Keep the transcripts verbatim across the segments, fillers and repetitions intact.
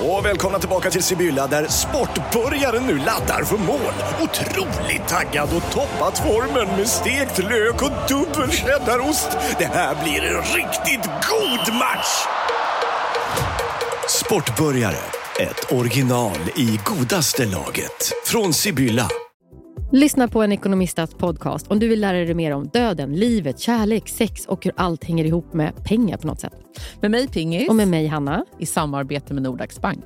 Och välkomna tillbaka till Sibylla där sportbörjaren nu laddar för mål. Otroligt taggad och toppat formen med stekt lök och dubbel cheddarost. Det här blir en riktigt god match. Sportbörjare, ett original i godaste laget. Från Sibylla. Lyssna på en ekonomistats podcast om du vill lära dig mer om döden, livet, kärlek, sex och hur allt hänger ihop med pengar på något sätt. Med mig Pingis. Och med mig Hanna. I samarbete med Nordax Bank.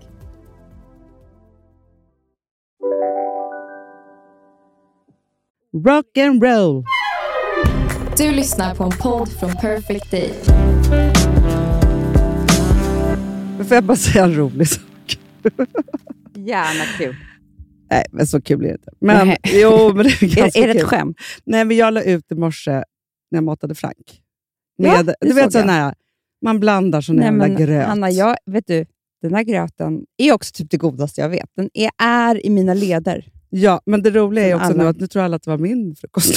Rock and roll. Du lyssnar på en podd från Perfect Day. Får jag bara säga en rolig sak? Gärna kul. Nej, men så kul är det inte. Men, Nej. jo, men det är ganska är, är det ett kul. skämt? Nej, men jag la ut i morse när jag matade Frank. Med, Ja, det du vet såg sån här, man blandar sån jävla gröt. Hanna, jag, vet du, den här gröten är också typ det godaste jag vet. Den är, är i mina leder. Ja, men det roliga är Från också alla. nu att nu tror alla att det var min frukost.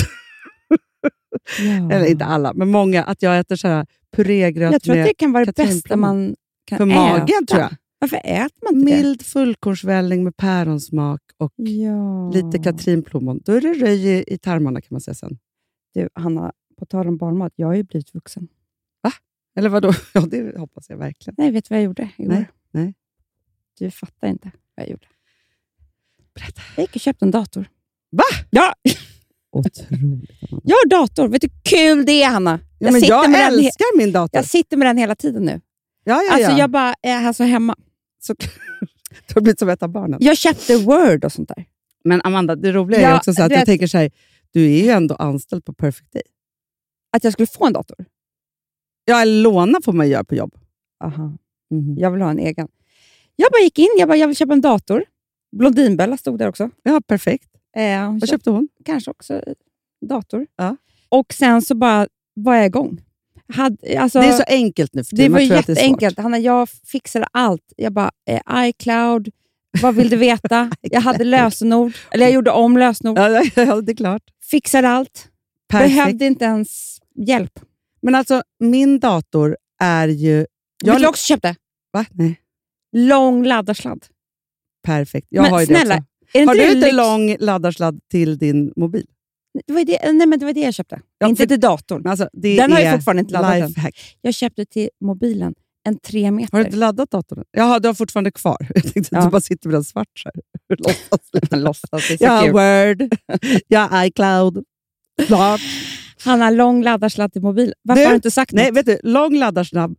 Ja. Eller inte alla, men många. Att jag äter så här purégröt Jag tror med att det kan vara det bästa katrinplommon. man kan För äta. magen, tror jag. Varför äter man inte Mild fullkornsvälling med päronsmak och det? Ja. lite katrinplommon. Då är det röj i, i tarmarna kan man säga sen. Du, Hanna, på tal om barnmat, jag har ju blivit vuxen. Eller vadå? Ja, det hoppas jag verkligen. Nej, vet du vad jag gjorde igår? Nej, nej. Du fattar inte vad jag gjorde. Berätta. Jag gick och köpte en dator. Va? Ja, Otroligt. jag har dator. Vet du hur kul det är, Hanna? Ja, men sitter jag med den he- älskar min dator. Jag sitter med den hela tiden nu. Ja, ja, Alltså ja. jag bara är här så hemma. Så, du har blivit som ett av barnen. Jag köpte Word och sånt där. Men Amanda, det roliga är Ja, också så att du jag vet- tänker så här, du är ju ändå anställd på Perfect Day. Att jag skulle få en dator. Ja, låna får man göra på jobb. Aha. Mm. Jag vill ha en egen. Jag bara gick in, jag bara, jag vill köpa en dator. Blondinbella stod där också. Ja, perfekt. Eh, hon Vad köpte köpte hon? kanske också en dator. Ja. Och sen så bara var jag igång. Hade, alltså, Det är så enkelt nu för det tiden. var Man tror att det är svårt. jätteenkelt. Hanna, jag fixade allt. Jag bara, eh, iCloud, vad vill du veta? Jag hade lösenord. Eller jag gjorde om lösenord. Ja, ja, ja, det är klart. Fixade allt. Perfekt. Behövde inte ens hjälp. Men alltså, min dator är ju... Jag Jag vet du också köpte? Va? Nej. Lång laddarsladd. Perfekt. Jag Men har ju snälla, det också. är Har inte du det inte lyx? lång laddarsladd till din mobil? Det var det, nej, men det var det jag köpte. Ja, inte för- till datorn. Men alltså, det Den är har jag fortfarande inte laddat än. lifehack. Jag köpte till mobilen en tre meter. Har du inte laddat datorn? Jaha, du har fortfarande kvar. Jag tänkte att Ja. du bara sitter med den svart så här. Låtsas. Låtsas, det är så Ja, kul. Word. Ja, iCloud. Klart. Han har lång laddarsladd till mobil. Varför Du, har du inte sagt Nej, något? vet du, lång laddarsnabb,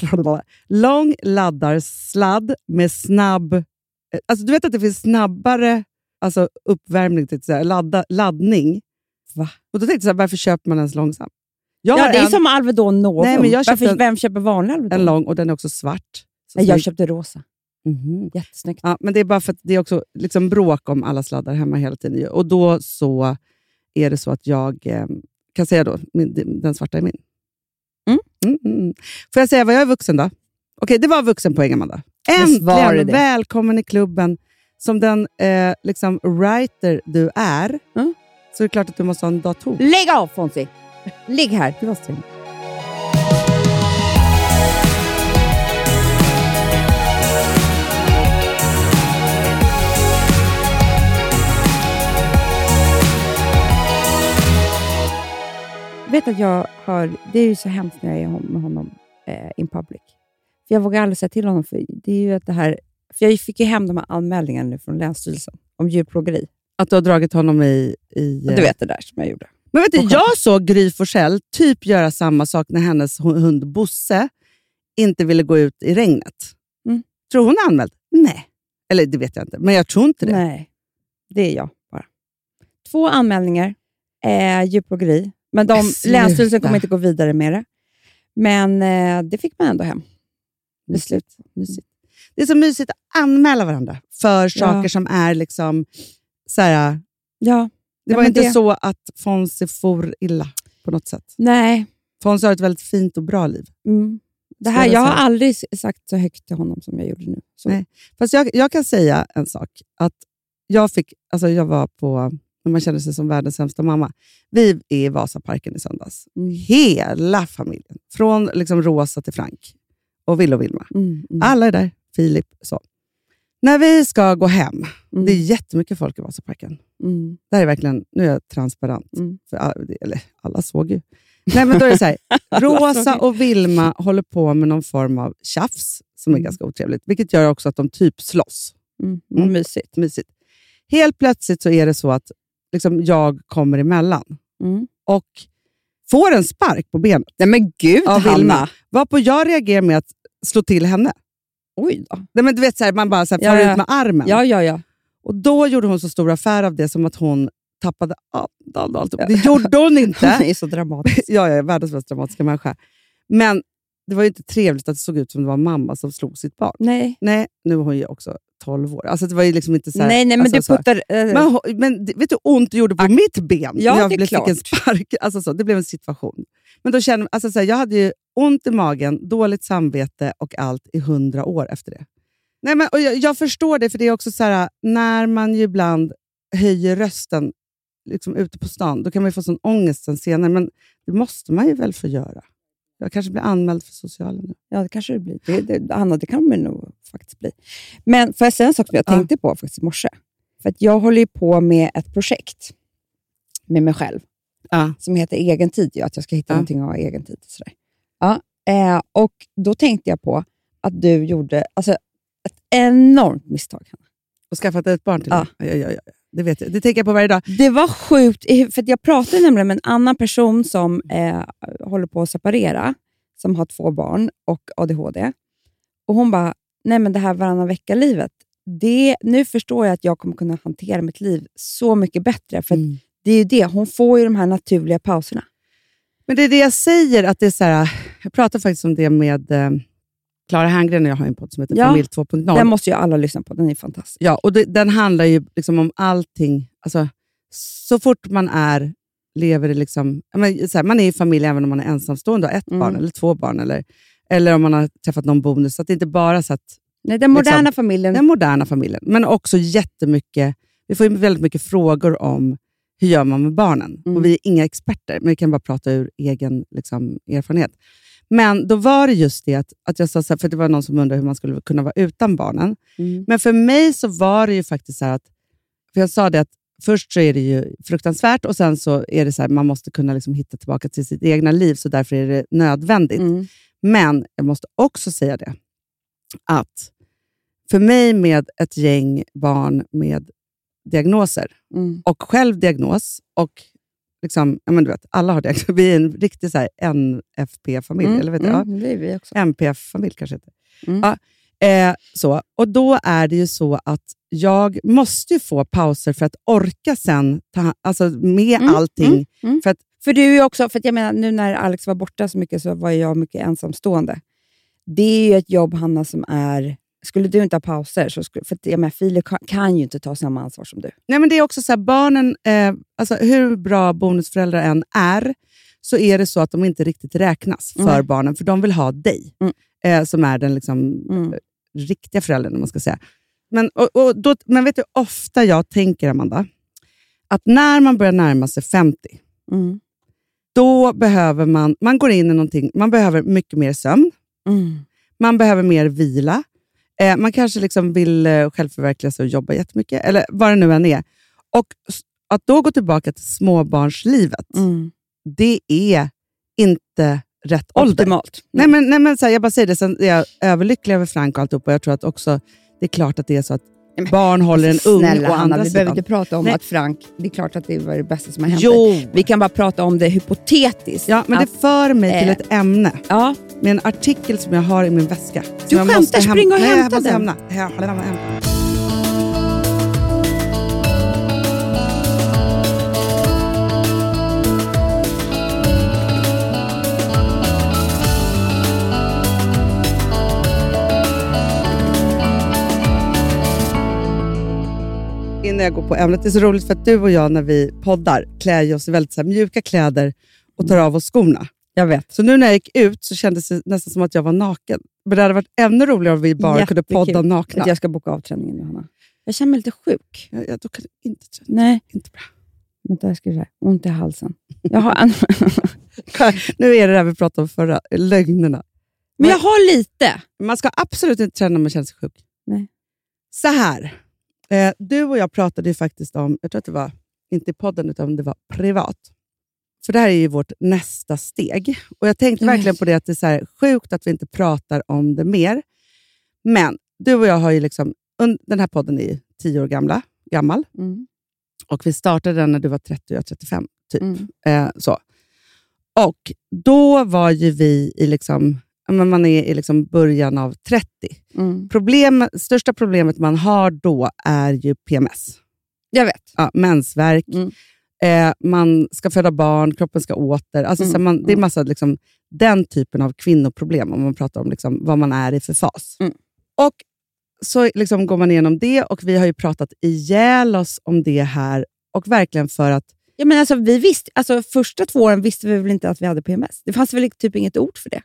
lång laddarsladd med snabb... Alltså, du vet att det finns snabbare alltså, uppvärmning, till, så här, ladda, laddning. Va? Och då tänkte jag så här, varför köper man ens långsam? Jag Ja, har det är en, som Alvedon Novum. Nej, men jag köpte Varför, en- vem köper vanlig Alvedon? en lång och den är också svart. Så Nej, jag snygg. köpte rosa. Mhm. Jättesnyggt. Ja, men det är bara för att det är också liksom bråk om alla sladdar hemma hela tiden. ju. Och då så är det så att jag eh, kan säga då, min, den svarta är min. Mm. Mm, mm, mm. Får jag säga vad jag är vuxen då? Okej, det var vuxenpoäng, Amanda. Visst var det Äntligen det. välkommen i klubben. Som den eh, liksom writer du är, Mm. så är det klart att du måste ha en dator. Lägg av, Fonzie! Ligg här. Det var strängt. Vet att jag har... Det är ju så hemskt när jag är med honom eh, in public. För jag vågar aldrig säga till honom. För det är ju att det här... För jag fick ju hem de här anmälningarna nu från Länsstyrelsen om djurplågeri. Att du har dragit honom i... i Du vet det där som jag gjorde. Men vet du, Och skönt. jag såg Gry Forssell typ göra samma sak när hennes hu- hund Bosse inte ville gå ut i regnet. Mm. Tror hon är anmäld? Nej. Eller det vet jag inte, men jag tror inte det. Nej, det är jag bara. Två anmälningar. Eh, djurplågeri. Men de, Sluta. Länsstyrelsen kommer inte gå vidare med det. Men eh, det fick man ändå hem. Beslut. Mysigt. Det är så mysigt att anmäla varandra för saker Ja. som är liksom så här, Ja. det Ja, var men inte det- så att Fonzie for illa på något sätt. Nej. Fonzie har ett väldigt fint och bra liv. Mm. Det Så här, är det jag har så. aldrig s- sagt så högt till honom som jag gjorde nu. Så. Nej. Fast jag, jag kan säga en sak. Att jag, fick, alltså jag var på, när man känner sig som världens sämsta mamma. Vi är i Vasaparken i söndags. Mm. Hela familjen. Från liksom Rosa till Frank. Och Will och Vilma. Mm, mm. Alla är där. Filip. Så. När vi ska gå hem, Mm. det är jättemycket folk i Vasaparken. Mm. Det här är verkligen, nu är jag transparent. Mm. För, eller alla såg ju. Nej, men då är det så här, Rosa och Vilma håller på med någon form av tjafs som är Mm. ganska otrevligt. Vilket gör också att de typ slåss. Mm. Mm. Mysigt. Mysigt. Helt plötsligt så är det så att liksom, jag kommer emellan. Mm. Och får en spark på benet Nej men gud, av Hanna. Vilma. Varpå jag reagerar med att slå till henne. Oj då. Nej, men du vet, så här, man bara så här, Ja, far ja. ut med armen. Ja, ja, ja. Och då gjorde hon så stor affär av det som att hon tappade andan och allt. Det gjorde hon Det inte. är så dramatiskt. Ja, jag är världens mest dramatiska människa. Men det var ju inte trevligt att det såg ut som det var mamma som slog sitt barn. Nej. Nej, nu är hon ju också tolv år. Alltså det var ju liksom inte så här, nej, nej, men alltså, du så. puttar... Äh, Men, hon- men vet du hur ont det gjorde på mitt ben? Ja, när jag det är blev, klart. fick en spark. Alltså så, det blev en situation. Men då kände alltså så här, jag hade ju ont i magen, dåligt samvete och allt i hundra år efter det. Nej, men, och jag, jag förstår det, för det är också så här, när man ju ibland höjer rösten liksom ute på stan, då kan man ju få sån ångest sen senare. Men det måste man ju väl få göra. Jag kanske blir anmäld för socialen nu. Ja, det kanske det blir. Det, det, Anna, det kan man nog faktiskt bli. Men får jag säga en sak som jag Ja. tänkte på faktiskt i morse? För att jag håller ju på med ett projekt med mig själv Ja. som heter egen tid. Ju, att jag ska hitta Ja. någonting att ha egen tid. Och, sådär. Ja, eh, och då tänkte jag på att du gjorde alltså, ett enormt misstag, Hanna. Och skaffat ett barn till Ja. ja. Ja, ja, ja. Det vet jag. Det tänker jag på varje dag. Det var sjukt, för att jag pratade nämligen med en annan person som eh, håller på att separera, som har två barn och A D H D. Och hon bara, nej men det här varannan vecka-livet, det, nu förstår jag att jag kommer kunna hantera mitt liv så mycket bättre. För att Mm. det är ju det, hon får ju de här naturliga pauserna. Men det är det jag säger, att det är så här, jag pratade faktiskt om det med eh, Clara Herngren, och jag har en podd som heter Ja, Familj två punkt noll. Den måste ju alla lyssna på, den är fantastisk. Ja, och det, den handlar ju liksom om allting. Alltså, så fort man är, lever i liksom, jag menar, så här, man är i familj även om man är ensamstående och har ett Mm. barn eller två barn. Eller, eller om man har träffat någon bonus. Så att det inte bara så att Nej, den moderna Liksom, familjen. den moderna familjen. Men också jättemycket, vi får ju väldigt mycket frågor om hur gör man med barnen. Mm. Och vi är inga experter, men vi kan bara prata ur egen liksom, erfarenhet. Men då var det just det att, att jag sa så här, för det var någon som undrade hur man skulle kunna vara utan barnen. Mm. Men för mig så var det ju faktiskt så här att, för jag sa det att först så är det ju fruktansvärt och sen så är det så här, man måste kunna liksom hitta tillbaka till sitt egna liv, så därför är det nödvändigt. Mm. Men jag måste också säga det, att för mig med ett gäng barn med diagnoser Mm. och själv diagnos och liksom, ja men du vet, alla har diagnos. Vi är en riktig så här N F P-familj, Mm. eller vet du? Mm. Ja. Det är vi också. N P F-familj kanske heter. Mm. Ja, eh, så. Och då är det ju så att jag måste ju få pauser för att orka sen ta, alltså med Mm, allting. mm, mm. För att, För du är ju också, för att jag menar, nu när Alex var borta så mycket så var jag mycket ensamstående. Det är ju ett jobb, Hanna, som är... Skulle du inte ha pauser, så skulle, för att jag menar, Filip kan, kan ju inte ta samma ansvar som du. nej men det är också så här, barnen, eh, alltså hur bra bonusföräldrar än är, så är det så att de inte riktigt räknas för Mm. barnen, för de vill ha dig, Mm. eh, som är den liksom, Mm. eh, riktiga föräldern, om man ska säga. Men, och, och då, men vet du ofta jag tänker, Amanda, att när man börjar närma sig femtio, Mm. då behöver man, man går in i någonting, man behöver mycket mer sömn, Mm. man behöver mer vila, eh, man kanske liksom vill eh, självförverkliga sig och jobba jättemycket, eller vad det nu än är. Och s- att då gå tillbaka till småbarnslivet, Mm. det är inte rätt ålder. Optimalt. Nej, men, nej, men så här, jag bara säger det, sen är jag överlycklig över Frank och alltihop, och jag tror att också, det är klart att det är så att men- barn håller en ung Snälla å Hanna, andra vi behöver sidan. inte prata om Nej. att Frank, det är klart att det var det bästa som har hänt. Jo, Vi kan bara prata om det hypotetiskt. ja, men att, det för mig till eh, ett ämne. ja, Med en artikel som jag har i min väska. Som Du jag skämtar, måste häm- spring och Nej, jag hämta måste den. Hämna. Häm- häm- häm- Innan jag går på ämnet, det är så roligt för att du och jag när vi poddar klär ju oss i väldigt så här, mjuka kläder och tar av oss skorna. jag vet. Så nu när jag gick ut så kändes det nästan som att jag var naken. Men det hade varit ännu roligare om vi bara kunde Jättekul podda nakna. Att jag ska boka av träningen, Johanna. Jag känner mig lite sjuk. Ja, ja, då kan du inte träna. Nej, Inte bra. vänta, jag ska säga. Ont i halsen. Jag har en... Nu är det där vi pratade om förra, lögnerna. Men jag har lite. Man ska absolut inte träna när man känner sig sjuk. Nej. Så här. Eh, du och jag pratade ju faktiskt om, jag tror att det var inte i podden utan det var privat. För det här är ju vårt nästa steg. Och jag tänkte Mm. verkligen på det att det är så här sjukt att vi inte pratar om det mer. Men du och jag har ju liksom, den här podden är ju tio år gamla, gammal. Mm. Och vi startade den när du var trettio och jag trettiofem. Typ. Mm. Eh, så. Och då var ju vi i liksom, men man är i liksom början av trettio. Mm. Problem, största problemet man har då är ju P M S. Jag vet. Ja, mensvärk. Mm. Eh, man ska föda barn, kroppen ska åter. Alltså, Mm. så man, det är massa liksom, den typen av kvinnoproblem om man pratar om liksom, vad man är i för fas. Mm. Och så liksom, går man igenom det och vi har ju pratat ihjäl oss om det här. Och verkligen för att Ja, men alltså, vi visste, alltså, första två åren visste vi väl inte att vi hade P M S. Det fanns väl typ inget ord för det.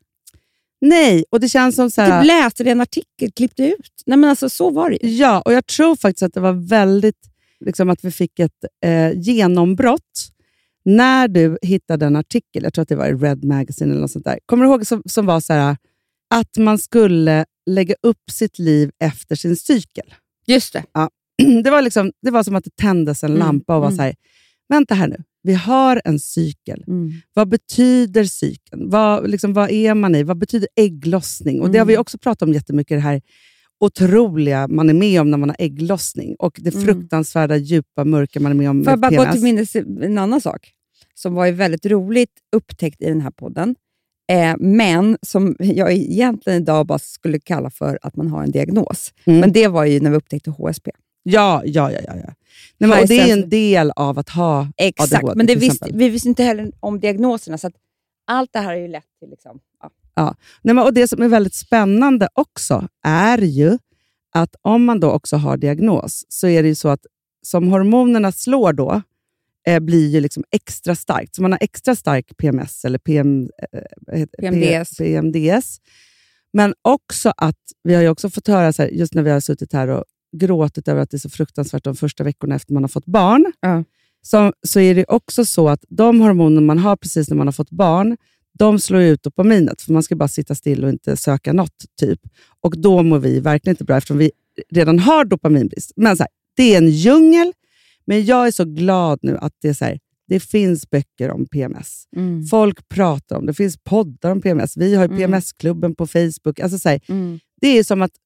nej, och det känns som så här, Typ läste det i en artikel, klippte ut. Nej, men alltså, så var det ju. ja, och jag tror faktiskt att det var väldigt liksom, att vi fick ett eh, genombrott när du hittade en artikel, jag tror att det var i Red Magazine eller något sånt där. Kommer du ihåg som, som var så här att man skulle lägga upp sitt liv efter sin cykel? Just det. Ja. Det var liksom, det var som att det tändes en Mm, lampa och var mm. så här, vänta här nu, vi har en cykel. Mm. Vad betyder cykeln? Vad, liksom, vad är man i? Vad betyder ägglossning? Och det har vi också pratat om jättemycket, det här otroliga man är med om när man har ägglossning. Och det Mm. fruktansvärda, djupa, mörka man är med om Får jag med bara gå P M S. till minnes en annan sak som var ju väldigt roligt upptäckt i den här podden. Eh, men som jag egentligen idag bara skulle kalla för att man har en diagnos. Mm. Men det var ju när vi upptäckte H S P. Ja, ja, ja. ja, ja. Nej, men, och det är ju en del av att ha Exakt, A D H D, men det till visste, exempel. vi visste inte heller om diagnoserna. Så att allt det här har ju lett till... Liksom, ja. Nej, men, och det som är väldigt spännande också är ju att om man då också har diagnos så är det ju så att som hormonerna slår då eh, blir ju liksom extra starkt. Så man har extra stark P M S eller P M, eh, vad heter, P M D S. P M D S. Men också att vi har ju också fått höra så här, just när vi har suttit här och gråtit över att det är så fruktansvärt de första veckorna efter man har fått barn. Ja. Så, så är det också så att de hormoner man har precis när man har fått barn, de slår ut dopaminet, för man ska bara sitta still och inte söka något typ. Och då mår vi verkligen inte bra eftersom vi redan har dopaminbrist. Men så här, det är en djungel, men jag är så glad nu att det är så här, det finns böcker om P M S. Mm. Folk pratar om det, finns poddar om P M S. Vi har ju Mm. P M S-klubben på Facebook. Alltså så här, Mm. det är som att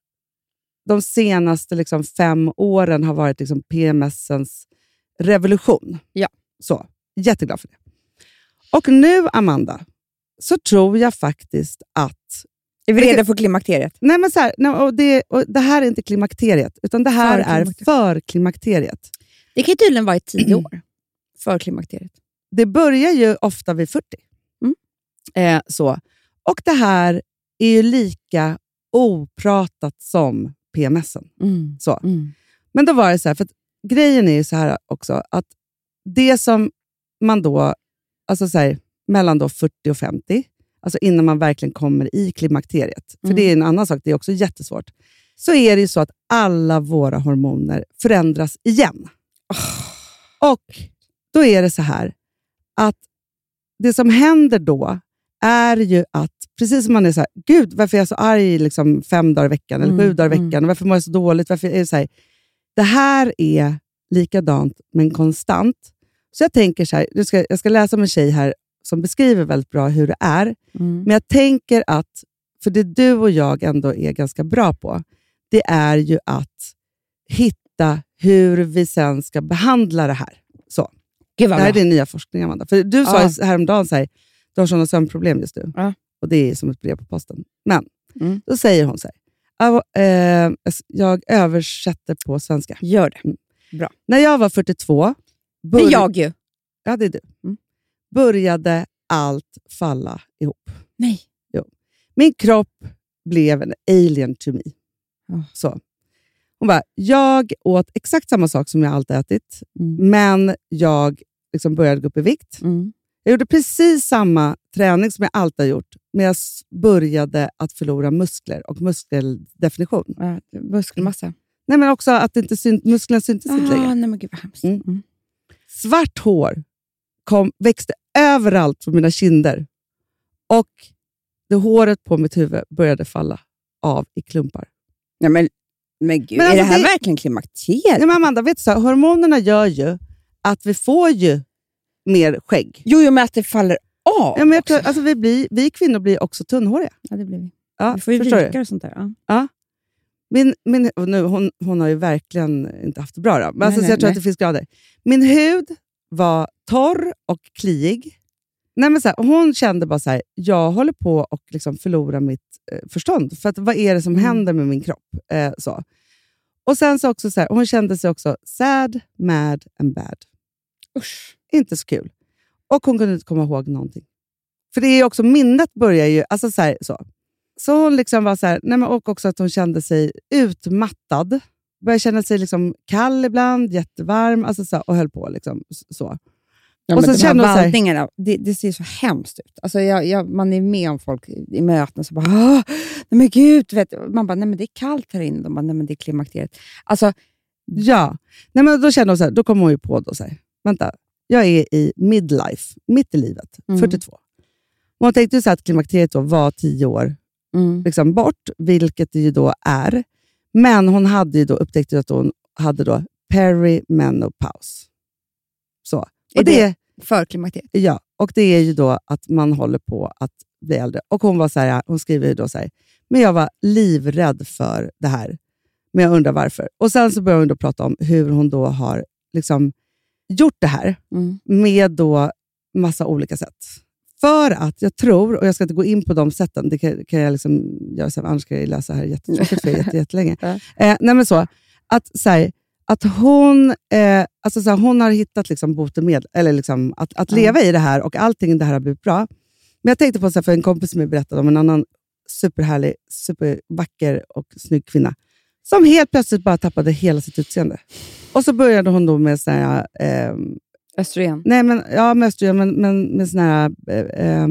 de senaste liksom, fem åren har varit liksom, P M S:ens revolution. Ja. Så, jätteglad för det. Och nu, Amanda, så tror jag faktiskt att... Är vi redo för klimakteriet? Nej, men så här, nej, och det, och det här är inte klimakteriet, utan det här är Förklimakteriet. för klimakteriet. Det kan ju tydligen vara i tio år för klimakteriet. Det börjar ju ofta vid fyrtio. Mm. Eh, så. Och det här är ju lika opratat som P M S:en. Mm. Så. Mm. Men då var det så här, för att grejen är ju så här också, att det som man då, alltså så här, mellan då fyrtio och femtio, alltså innan man verkligen kommer i klimakteriet, för Mm. det är en annan sak, det är också jättesvårt, så är det ju så att alla våra hormoner förändras igen. Och då är det så här, att det som händer då är ju att, precis som man är så här, gud varför är jag så arg liksom fem dagar i veckan, eller Mm, sju dagar i mm. veckan, och varför mår jag så dåligt, varför är det så här? Det här är likadant men konstant. Så jag tänker så här, jag ska, jag ska läsa om en tjej här som beskriver väldigt bra hur det är. Mm. Men jag tänker att, för det du och jag ändå är ganska bra på, det är ju att hitta hur vi sen ska behandla det här. Så. Gud Det vad här är bra. din nya forskning, Amanda. För du sa Ja. ju häromdagen så här, du har sådana sömnproblem just nu. Ja. Och det är som ett brev på posten. Men Mm. då säger hon så här, "Ja, eh, jag översätter på svenska. Gör det. När jag var fyrtiotvå, Det är jag ju. ja, det är du. Mm. började allt falla ihop. Nej. Min kropp blev en alien to me. Ja. Så. Hon bara, jag åt exakt samma sak som jag alltid ätit, Mm. men jag liksom började gå upp i vikt. Mm. Jag gjorde precis samma träning som jag alltid har gjort, men jag s- började att förlora muskler och muskeldefinition. Ja, muskelmassa. Nej, men också att det inte syn- musklerna syntes inte längre. Ah, nej men gud vad hemskt. Mm. Mm. Svart hår kom, växte överallt på mina kinder. Och det håret på mitt huvud började falla av i klumpar. Nej, men Men gud, Men är alltså det här det- verkligen klimakteriet? Nej, men Amanda, vet du så här, hormonerna gör ju att vi får ju mer skägg. Jo, jo, men att det faller av Ja, men jag tror, också. alltså, vi, blir, vi kvinnor blir också tunnhåriga. Ja, det blir vi. Ja, Vi får ju förstår du? vikar och sånt där. Ja. Ja. Min, min, och nu, hon, hon har ju verkligen inte haft det bra. Då. Men Nej, alltså, nej, så jag tror nej. att det finns grader. Min hud var torr och kliig. Nej, men så här, hon kände bara så här, jag håller på att liksom förlora mitt eh, förstånd. För att, vad är det som Mm. händer med min kropp? Eh, så. Och sen så också så här, hon kände sig också sad, mad and bad. Usch. Inte så kul. Och hon kunde inte komma ihåg någonting. För det är ju också, minnet börjar ju, alltså så här, så. Så hon liksom var så här, nej men och också att hon kände sig utmattad. Började känna sig liksom kall ibland, jättevarm, alltså så här, och höll på liksom så. Ja, Och men så de här kände hon så här- vallningarna, det, det ser så hemskt ut. Alltså jag, jag, man är med om folk i möten och så bara, "Åh, nej men gud, vet du." Man bara, nej men det är kallt här inne. De bara, nej men det är klimakteriet. Alltså, Ja, nej men då kände hon så här, då kom hon ju på då så här, vänta, jag är i midlife, mitt i livet, Mm. fyrtiotvå. Och hon tänkte ju så här att klimakteriet då var tio år mm. liksom bort, vilket det ju då är. Men hon hade ju då upptäckt att hon hade då perimenopause. Så. Och Är det, det- för klimakteriet. ja, och det är ju då att man håller på att bli äldre. Och hon var så här, hon skriver ju då så här, men jag var livrädd för det här. Men jag undrar varför. Och sen så börjar hon då prata om hur hon då har liksom gjort det här Mm. med då massa olika sätt. För att jag tror, och jag ska inte gå in på de sätten, det kan, kan jag liksom göra sen, annars ska jag läsa här jättetråkigt för jätte, jättelänge. Ja. Eh, nej men så, att, så här, att hon, eh, alltså så här, hon har hittat liksom botemedel, eller liksom att, att Ja. leva i det här och allting det här har blivit bra. Men jag tänkte på så här, för en kompis som jag berättade om en annan superhärlig, supervacker och snygg kvinna som helt plötsligt bara tappade hela sitt utseende. Och så började hon då med så här, eh, Östrogen. Nej, men, ja, med östrogen, men, men med såna här eh, eh,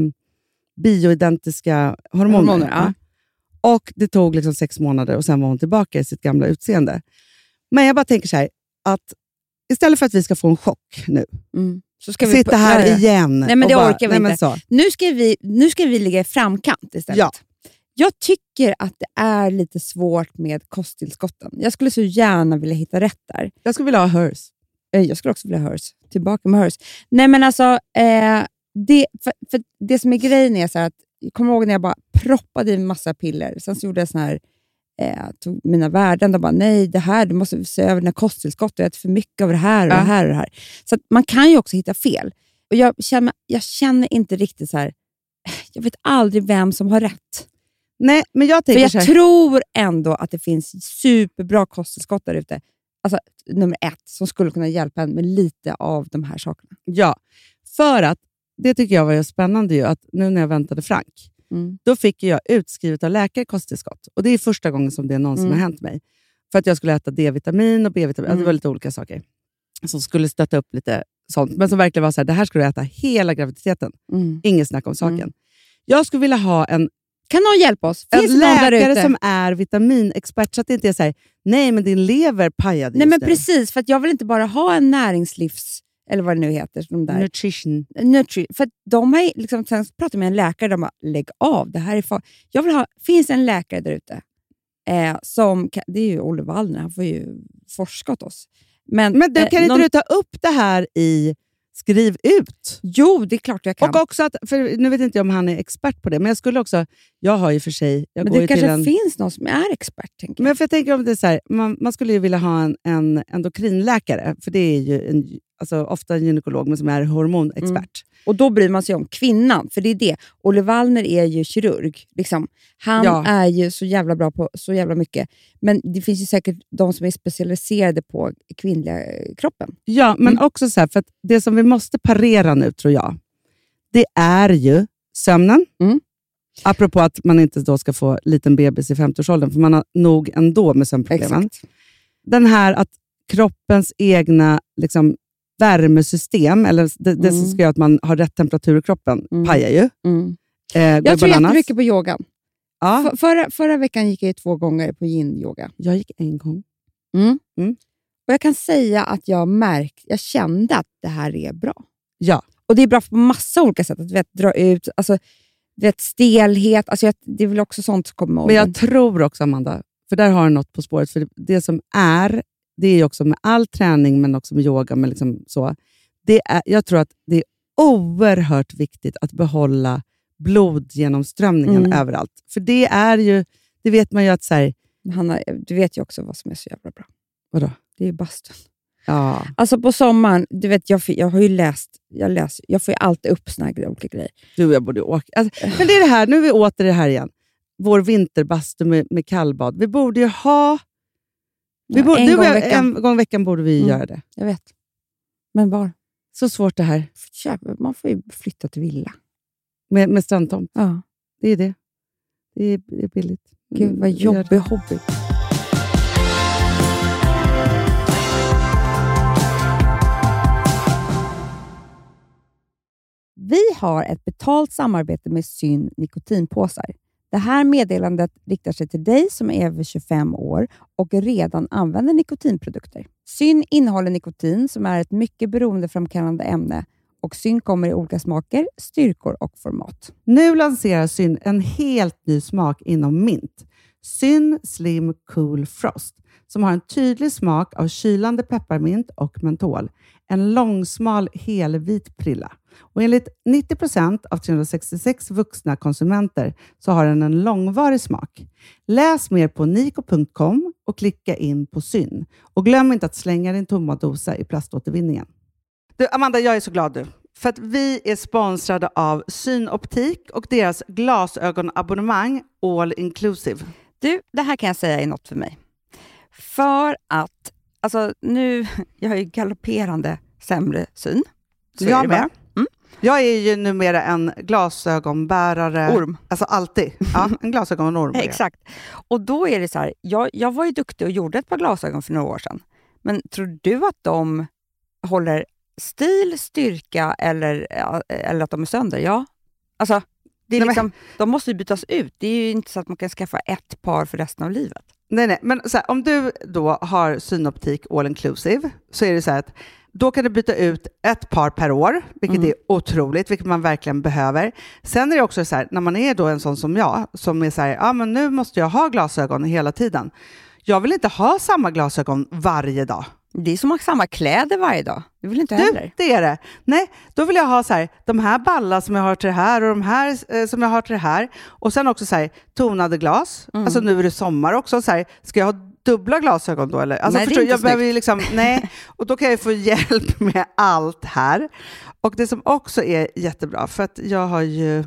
bioidentiska hormoner. Hormoner, ja. Och det tog liksom sex månader och sen var hon tillbaka i sitt gamla utseende. Men jag bara tänker så här, att istället för att vi ska få en chock nu, Mm. Så ska vi sitta på- här ja, ja. igen. Nej, men och det bara, orkar vi nej, men inte. så. Nu ska, vi, nu ska vi ligga i framkant istället. Ja. Jag tycker att det är lite svårt med kosttillskotten. Jag skulle så gärna vilja hitta rätt där. Jag skulle vilja ha hers. Eh, Jag skulle också vilja ha hers. Tillbaka med hers. Nej men alltså, eh, det, för, för det som är grejen är så här att, jag kommer ihåg när jag bara proppade i en massa piller. Sen så gjorde jag sån här, eh, tog mina värden och bara, nej det här, du måste se över dina kosttillskott. Jag äter för mycket av det här och Ja. det här och det här. Så att man kan ju också hitta fel. Och jag känner, jag känner inte riktigt så här, jag vet aldrig vem som har rätt. Nej, men jag För tänker jag så här, tror ändå att det finns superbra kosttillskott där ute. Alltså nummer ett, som skulle kunna hjälpa en med lite av de här sakerna. ja, för att det tycker jag var ju spännande ju, att nu när jag väntade Frank, Mm. då fick jag utskrivet av läkare kosttillskott. Och det är första gången som det någonsin Mm. har hänt mig. För att jag skulle äta D-vitamin och B-vitamin. Mm. Det var lite olika saker som skulle stötta upp lite sånt. Men som verkligen var så här, det här ska du äta hela graviditeten. Mm. Ingen snack om saken. Mm. Jag skulle vilja ha en, Kan någon hjälpa oss? Finns en det någon där läkare ute? som är vitaminexpert, så att det inte är så här, nej men din lever pajade Nej just men nu. precis, för att jag vill inte bara ha en näringslivs... Eller vad det nu heter. De där. Nutrition. Nutri, för att de har ju liksom, sen pratade jag med en läkare, de bara, lägg av, det här är far. Jag vill ha, finns en läkare där ute eh, som, kan, det är ju Olle Wallner, han får ju forska åt oss. Men, Men du, eh, kan inte någon, du ta upp det här i Skriv ut? Jo, det är klart jag kan. Och också att, för nu vet inte jag om han är expert på det, men jag skulle också, jag har ju för sig, jag men går det ju kanske till en, finns någon som är expert, tänker jag. men för jag tänker om det är så här, man, man skulle ju vilja ha en, en endokrinläkare, för det är ju en, alltså ofta en gynekolog, men som är hormonexpert. Mm. Och då bryr man sig om kvinnan, för det är det. Olle Wallner är ju kirurg. Liksom. Han Ja. är ju så jävla bra på så jävla mycket. Men det finns ju säkert de som är specialiserade på kvinnliga kroppen. Ja, men Mm. också så här, för att det som vi måste parera nu, tror jag, det är ju sömnen. Mm. Apropå att man inte då ska få liten bebis i femtioårsåldern, för man har nog ändå med sömnproblemen. Exakt. Den här att kroppens egna liksom, värmesystem, eller det, det som Mm. ska göra att man har rätt temperatur i kroppen, Mm. pajar ju. Mm. Eh, går Jag tror bananas. jättemycket på yogan. Ja, F- förra, förra veckan gick jag ju två gånger på yin-yoga. jag gick en gång. Mm. Mm. Och jag kan säga att jag märkt, jag kände att det här är bra. Ja, Och det är bra på massa olika sätt. Att du vet, dra ut, alltså, du vet, stelhet. Alltså, jag, det är väl också sånt som kommer med men åldern. jag tror också, Amanda, För där har du något på spåret. För det som är, det är också med all träning men också med yoga. Men liksom så, det är, jag tror att det är oerhört viktigt att behålla blodgenomströmningen Mm. överallt. För det är ju, det vet man ju att så här, Hanna, du vet ju också vad som är så jävla bra. vadå? Det är bastun. Ja. Alltså på sommaren, du vet, jag, jag har ju läst, jag läser, jag får ju alltid upp såna här olika grejer. Du och jag borde åka. Alltså, men det är det här, nu är vi åter det här igen. Vår vinterbastu med, med kallbad. Vi borde ju ha... Vi Ja, borde, en du och gång i jag, veckan. en gång i veckan borde vi Mm. göra det. Jag vet. Men var? Så svårt det här. Jävlar, man får ju flytta till villa. Med, med strandtomt. Ja. Det är det. Det är, det är billigt. Gud vad Vi gör jobbig det. hobby. Vi har ett betalt samarbete med Syn nikotinpåsar. Det här meddelandet riktar sig till dig som är över tjugofem år och redan använder nikotinprodukter. Syn innehåller nikotin som är ett mycket beroendeframkallande ämne och Syn kommer i olika smaker, styrkor och format. Nu lanserar Syn en helt ny smak inom mint. Syn Slim Cool Frost. Som har en tydlig smak av kylande pepparmint och mentol. En långsmal helvit prilla. Och enligt nittio procent av trehundrasextiosex vuxna konsumenter så har den en långvarig smak. Läs mer på niko punkt com och klicka in på Syn. Och glöm inte att slänga din tomma dosa i plaståtervinningen. Du, Amanda, jag är så glad du. För att vi är sponsrade av Synoptik och deras glasögonabonnemang All Inclusive. Du, det här kan jag säga är något för mig. För att, alltså nu, jag har ju galopperande sämre syn. Så Jag är det med. bara. Mm. Jag är ju numera en glasögonbärare. Orm. Alltså alltid. Ja, en glasögonorm. Exakt. Och då är det så här, jag, jag var ju duktig och gjorde ett par glasögon för några år sedan. Men tror du att de håller stil, styrka eller, eller att de är sönder? Ja. Alltså, det är Nej, liksom, de måste ju bytas ut. Det är ju inte så att man kan skaffa ett par för resten av livet. Nej, nej. Men så här, om du då har Synoptik All Inclusive så är det så här att då kan du byta ut ett par per år, vilket Mm. är otroligt, vilket man verkligen behöver. Sen är det också så här, när man är då en sån som jag, som är så här, ja men nu måste jag ha glasögon hela tiden. Jag vill inte ha samma glasögon varje dag. Det är som att ha samma kläder varje dag. Det vill inte Du, heller. det är det. Nej, då vill jag ha så här, de här ballar som jag har till det här och de här eh, som jag har till det här. Och sen också så här, tonade glas. Mm. Alltså nu är det sommar också. Så här, ska jag ha dubbla glasögon då? Eller? Alltså, Nej, det är förstår, inte jag behöver snyggt. ju liksom, nej. Och då kan jag få hjälp med allt här. Och det som också är jättebra, för att jag har ju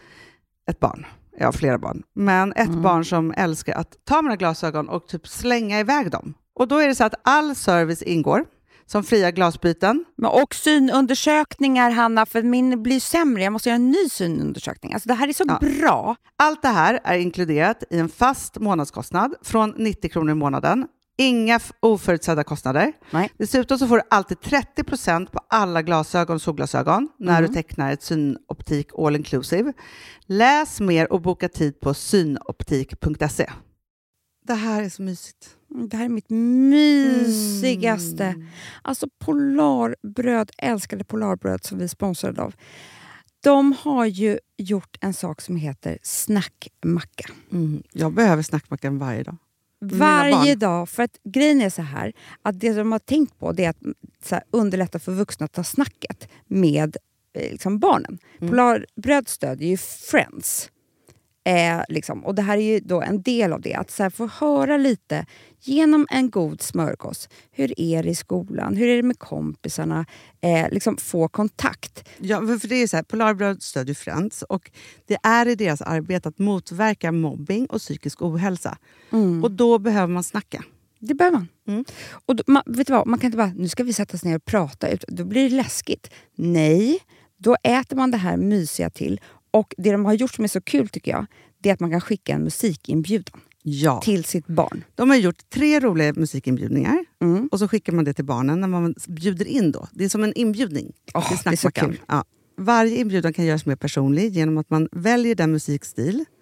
ett barn. Jag har flera barn. Men ett Mm. barn som älskar att ta mina glasögon och typ slänga iväg dem. Och då är det så att all service ingår. Som fria glasbyten. Men och synundersökningar, Hanna, för min blir sämre. Jag måste göra en ny synundersökning. Alltså det här är så Ja. bra. Allt det här är inkluderat i en fast månadskostnad från nittio kronor i månaden. Inga f- oförutsedda kostnader. Nej. Dessutom så får du alltid trettio procent på alla glasögon och solglasögon när Mm. du tecknar ett Synoptik All Inclusive. Läs mer och boka tid på synoptik punkt se. Det här är så mysigt. Det här är mitt mysigaste. Mm. Alltså Polarbröd, älskade Polarbröd som vi sponsrade av. De har ju gjort en sak som heter snackmacka. Mm. Jag behöver snackmackan varje dag. Mina Varje barn. dag. För att grejen är så här, att det de har tänkt på det är att så här, underlätta för vuxna att ta snacket med eh, liksom barnen. Mm. Polarbröd stödjer ju Friends. Eh, liksom. Och det här är ju då en del av det. Att så här, få höra lite genom en god smörgås. Hur är det i skolan? Hur är det med kompisarna? Eh, liksom få kontakt. Ja, för det är så här, Polarbröd stödjer Friends och det är i deras arbete att motverka mobbing och psykisk ohälsa. Mm. Och då behöver man snacka. Det behöver man. Mm. Och då, man, vet du vad, man kan inte bara, nu ska vi sätta oss ner och prata. Ut, då blir det läskigt. Nej, då äter man det här mysiga till. Och det de har gjort som är så kul tycker jag, det är att man kan skicka en musikinbjudan Ja. till sitt barn. De har gjort tre roliga musikinbjudningar Mm. och så skickar man det till barnen när man bjuder in då. Det är som en inbjudning Oh, till det är så snackmackan. kul. Ja. Varje inbjudan kan göras mer personlig genom att man väljer den musikstil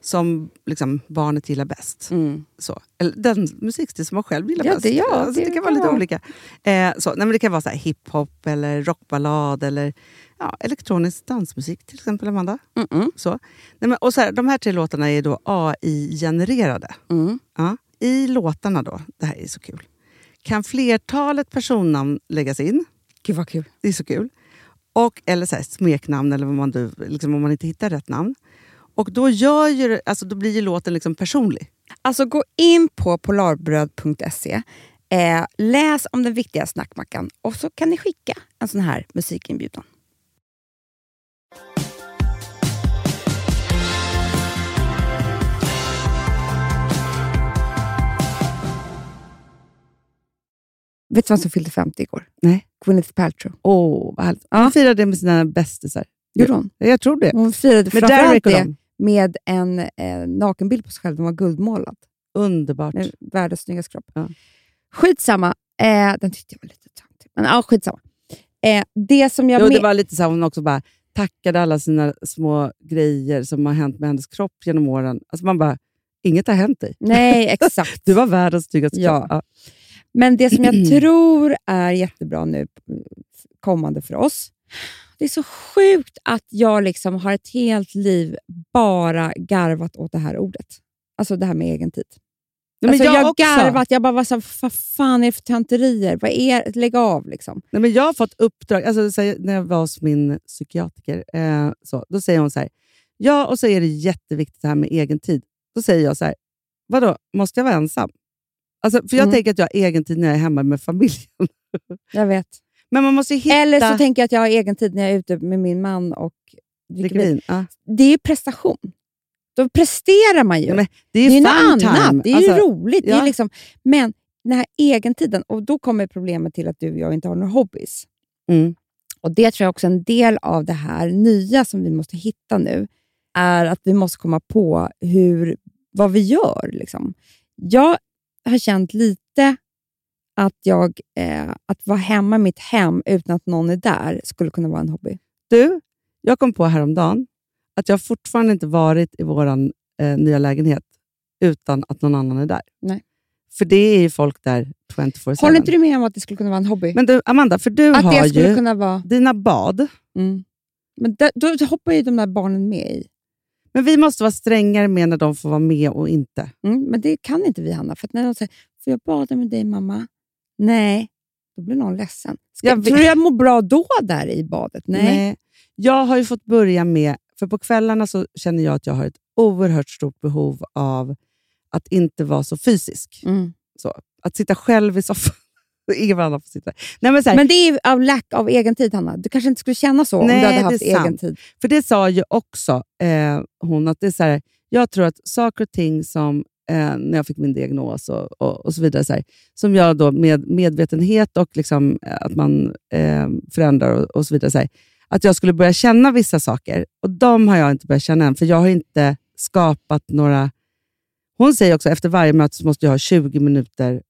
som liksom, barnet gillar bäst. Mm. Så. Eller den musikstil som man själv gillar Ja, bäst. det, ja, alltså, det, det kan vara lite vara. olika. Eh, så. Nej, men det kan vara så här hiphop eller rockballad eller ja, elektronisk dansmusik till exempel, Amanda. Mm-mm. Så. Nej, men, och så här, de här tre låtarna är då A I-genererade. Mm. Ja. I låtarna då, det här är så kul, kan flertalet personnamn läggas in. Gud vad kul. Det är så kul. Och, eller så här, smeknamn, eller vad man, du, liksom, om man inte hittar rätt namn. Och då, gör ju, alltså, då blir ju låten liksom personlig. Alltså gå in på polarbröd punkt se, eh, läs om den viktiga snackmackan och så kan ni skicka en sån här musikinbjudan. Vet du vad som fyllde femtio igår? Nej. Gwyneth Paltrow. Åh, oh, vad härligt. Ja. Hon firade det med sina bästisar. Gjorde hon? Jag, jag tror det. Hon firade Med framförallt Derek och det dem. med en eh, nakenbild på sig själv. Den var guldmålad. Underbart. Med världens snyggaste kropp. Ja. Skitsamma. Eh, den tyckte jag var lite töntig. Men ja, skitsamma. Eh, det som jag Jo, med... det var lite så här, hon också bara tackade alla sina små grejer som har hänt med hennes kropp genom åren. Alltså man bara, inget har hänt dig. Nej, exakt. Du var världens snyggaste Ja. kropp. Ja. Men det som jag tror är jättebra nu kommande för oss. Det är så sjukt att jag liksom har ett helt liv bara garvat åt det här ordet. Alltså det här med egen tid. Nej, men alltså jag jag har också. garvat, jag bara var så här, vad fan är det för tönterier? Vad är lägg av liksom. Nej, men jag har fått uppdrag, alltså, så här, när jag var hos min psykiatriker, eh, så, då säger hon så här, ja, och så är det jätteviktigt det här med egen tid. Då säger jag så här, vadå, måste jag vara ensam? Alltså, för jag Mm. tänker att jag har egen tid när jag är hemma med familjen. Jag vet. Men man måste ju hitta... Eller så tänker jag att jag har egen tid när jag är ute med min man och dricker vin. vin. Ja. Det är ju prestation. Då presterar man ju. Ja, men det det är är ju ju något fun time. annat. Det är Alltså, ju roligt. Det ja. är liksom, men den här egentiden, och då kommer problemet till att du och jag inte har några hobbies. Mm. Och det tror jag också en del av det här nya som vi måste hitta nu är att vi måste komma på hur, vad vi gör. Liksom. Jag har känt lite att jag eh, att vara hemma i mitt hem utan att någon är där skulle kunna vara en hobby. Du, jag kom på häromdagen att jag fortfarande inte varit i vår eh, nya lägenhet utan att någon annan är där. Nej. För det är ju folk där tjugofyra sju. Håller inte du med om att det skulle kunna vara en hobby? Men du, Amanda, för du att har det skulle ju kunna vara... dina bad. Mm. Men där, då hoppar ju de där barnen med i. Men vi måste vara strängare med när de får vara med och inte. Mm, men det kan inte vi, Hanna. För att när de säger, får jag bada med dig, mamma? Nej, då blir någon ledsen. Ska, Jag vet. tror du jag mår bra då där i badet? Nej. Nej. Jag har ju fått börja med, för på kvällarna så känner jag att jag har ett oerhört stort behov av att inte vara så fysisk. Mm. Så, att sitta själv i soffan. Ingen annan får sitta. Nej, men så här, Men det är av lack av egen tid, Hanna. Du kanske inte skulle känna så Nej, om du hade det haft är egen sant. tid. För det sa ju också eh, hon, att det är så här, jag tror att saker och ting som, eh, när jag fick min diagnos och, och, och så vidare, så här, som jag då med medvetenhet och liksom, eh, att man eh, förändrar och, och så vidare, så här, att jag skulle börja känna vissa saker. Och de har jag inte börjat känna än, för jag har inte skapat några... Hon säger också, efter varje möte så måste jag ha tjugo minuter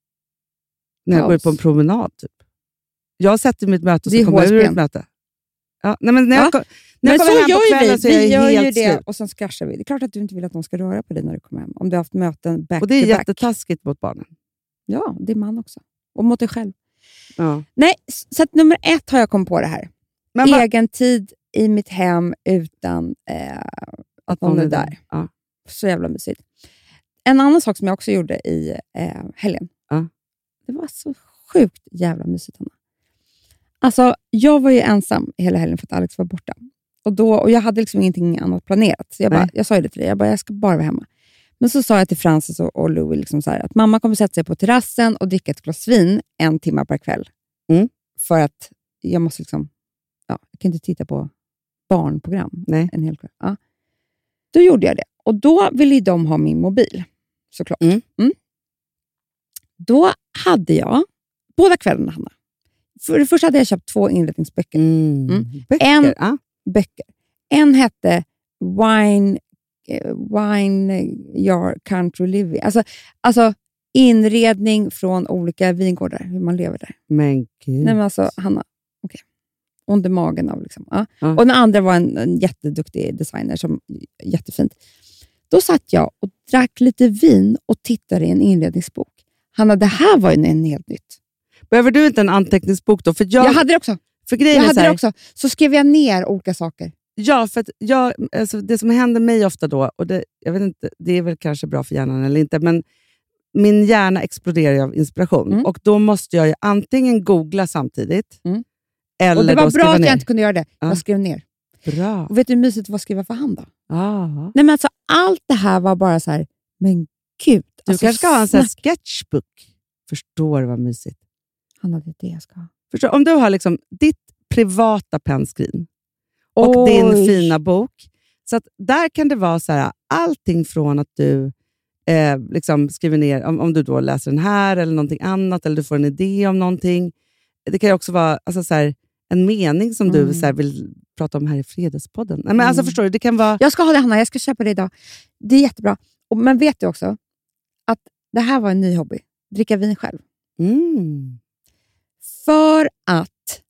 när jag Paus. går ut på en promenad. Typ. Jag sätter mitt möte och Det är så kommer jag ur H S P. ett möte. Ja, nej, men när jag, Ja. kom- Men när jag så kommer hem på gör ju kvällen vi. så är jag Vi gör ju helt det slut. och sen skrashar vi. Det är klart att du inte vill att de ska röra på dig när du kommer hem. Om du har haft möten back Och det är to back. jättetaskigt mot barnen. Ja, det är man också. Och mot dig själv. Ja. Nej, så att nummer ett har jag kommit på det här. Men va- Egen tid i mitt hem utan eh, att någon är där. Ja. Så jävla mysigt. En annan sak som jag också gjorde i eh, helgen. Ja. Det var så sjukt jävla mysigt, Hanna. Alltså, jag var ju ensam hela helgen för att Alex var borta. Och, då, och jag hade liksom ingenting annat planerat. Så jag, bara, Nej. jag sa ju det till dig. Jag bara, jag ska bara vara hemma. Men så sa jag till Frances och, och Louie liksom så här, att mamma kommer sätta sig på terrassen och dricka ett glas vin en timme per kväll. Mm. För att jag måste liksom... Ja, jag kan inte titta på barnprogram Nej. en hel kväll. Ja. Då gjorde jag det. Och då ville ju de ha min mobil. Såklart. Mm. Mm. Då hade jag, båda kvällarna, Hanna. För det första hade jag köpt två inredningsböcker. Mm. Mm. Böcker. En- Ja. Böcker. En hette Wine, eh, Wine Your Country Living. Alltså, alltså inredning från olika vingårdar. Hur man lever där. Men gud. Nej men alltså, Hanna. Okej. Under magen av liksom. Ja. Ja. Och den andra var en, en jätteduktig designer. Som, jättefint. Då satt jag och drack lite vin och tittade i en inledningsbok. Hanna, det här var ju en helt nytt. Behöver du inte en anteckningsbok då? För jag, jag hade det också. För grejen jag är hade så här, det också. Så skrev jag ner olika saker. Ja, för att jag, alltså det som händer mig ofta då, och det, jag vet inte, det är väl kanske bra för hjärnan eller inte, men min hjärna exploderar ju av inspiration. Mm. Och då måste jag ju antingen googla samtidigt, Mm. eller Och det var då bra att ner. jag inte kunde göra det. Ja. Jag skrev ner. Bra. Och vet du hur mysigt det var att skriva för hand då? Ah. Nej, men alltså, allt det här var bara så här, men gud. Du alltså, kanske ska ha en sån här snack. sketchbook. Förstår vad mysigt. Hanna, det är det jag ska ha. Förstår, om du har liksom ditt privata pennskrin och Oj. din fina bok. Så att där kan det vara så här, allting från att du eh, liksom skriver ner, om, om du då läser den här eller någonting annat, eller du får en idé om någonting. Det kan ju också vara alltså, så här, en mening som Mm. du så här, vill prata om här i Fredagspodden. Nej, men alltså, Mm. förstår du, det kan vara... Jag ska ha det, Hanna. Jag ska köpa det idag. Det är jättebra. Och, men vet du också att det här var en ny hobby. Dricka vin själv. Mm. För att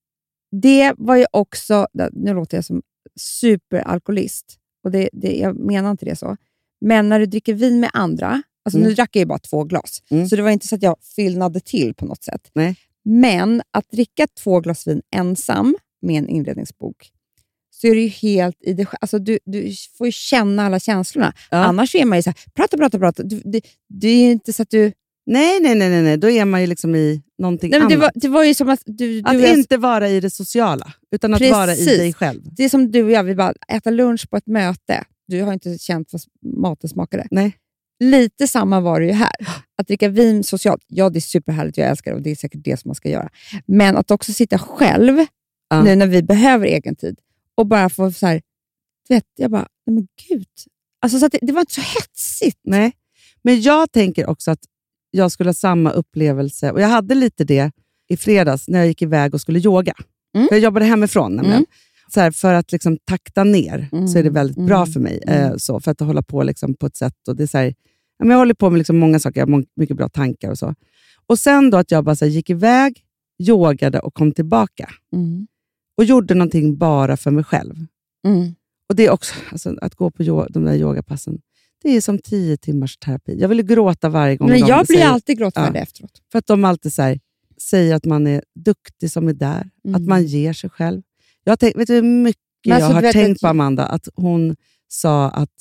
det var ju också... Nu låter jag som superalkoholist. Och det, det, jag menar inte det så. Men när du dricker vin med andra... Alltså Mm. nu drack jag ju bara två glas. Mm. Så det var inte så att jag fyllnade till på något sätt. Nej. Men att dricka två glas vin ensam med en inredningsbok, så är det ju helt i det. Alltså du, du får ju känna alla känslorna. Ja. Annars är man ju så här, prata, prata, prata. Du, det, det är ju inte så att du... Nej, nej, nej, nej, nej. Då är man ju liksom i någonting Nej, men annat. det, var, det var ju som att du... du Att och jag, inte vara i det sociala, utan att Precis. vara i dig själv. det är som du och jag, vi bara äta lunch på ett möte. Du har inte känt vad maten smakade. Nej. Lite samma var det ju här. Att dricka vin socialt, ja det är superhärligt, jag älskar det och det är säkert det som man ska göra. Men att också sitta själv, Ja. nu när vi behöver egen tid, och bara få så här, du vet, jag bara, nej men gud. Alltså så att det, det var inte så hetsigt. Nej. Men jag tänker också att jag skulle ha samma upplevelse, och jag hade lite det i fredags när jag gick iväg och skulle yoga. Mm. För jag jobbade hemifrån nämligen. Mm. Så här, för att liksom takta ner Mm. så är det väldigt Mm. bra för mig. Mm. Eh, så, för att hålla på liksom på ett sätt. Och det är så här, ja, men jag håller på med liksom många saker, jag har må- mycket bra tankar och så. Och sen då att jag bara så här, gick iväg, yogade och kom tillbaka. Mm. Och gjorde någonting bara för mig själv. Mm. Och det är också, alltså, att gå på yo- de där yogapassen, det är som tio timmars terapi. Jag vill gråta varje gång Men de jag blir säger, alltid gråtfärdig Ja. efteråt. för att de alltid så här, säger att man är duktig som är där. Mm. Att man ger sig själv. Jag tänk, vet du hur mycket Men jag alltså, har du vet tänkt att- på Amanda? Att hon sa att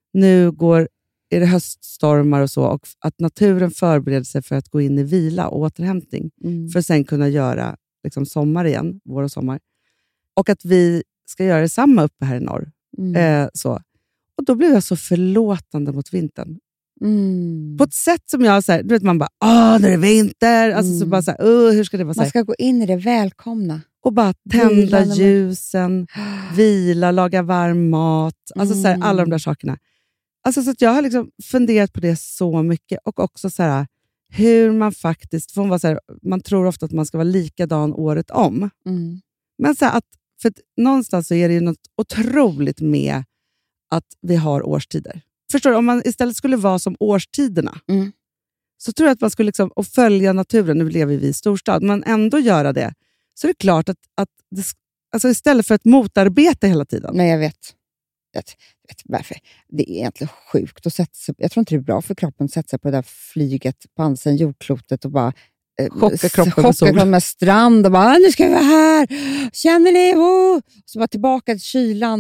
nu går, är det höststormar och så. Och att naturen förbereder sig för att gå in i vila och återhämtning. Mm. För att sen kunna göra liksom, sommar igen. Vår och sommar. Och att vi ska göra detsamma uppe här i norr. Mm. Eh, så. Och då blev jag så förlåtande mot vintern. Mm. På ett sätt som jag, så här, du vet man bara, åh, nu är det vinter. Alltså, så Mm. bara så här, "Åh, hur ska det vara? Så Man här. ska gå in i det välkomna. Och bara Vila tända när man- ljusen, vila, laga varm mat. Alltså så här, Mm. alla de där sakerna. Alltså, så att jag har liksom funderat på det så mycket. Och också så här, hur man faktiskt, för hon var så här, man tror ofta att man ska vara likadan året om. Mm. Men så här, att, för att någonstans så är det ju något otroligt med att vi har årstider. Förstår du? Om man istället skulle vara som årstiderna, Mm. så tror jag att man skulle liksom, och följa naturen, nu lever vi i storstad, men ändå göra det, så är det klart att, att det, alltså istället för att motarbeta hela tiden. Nej, jag vet. Jag vet varför. Det är egentligen sjukt att sätta sig. Jag tror inte det är bra för kroppen att sätta sig på det där flyget på andra sidan jordklotet och bara eh, Chocka kroppen med chocka sol. kroppen med strand och bara, nu ska vi vara här. Känner ni? Oh! Så bara tillbaka till kylan.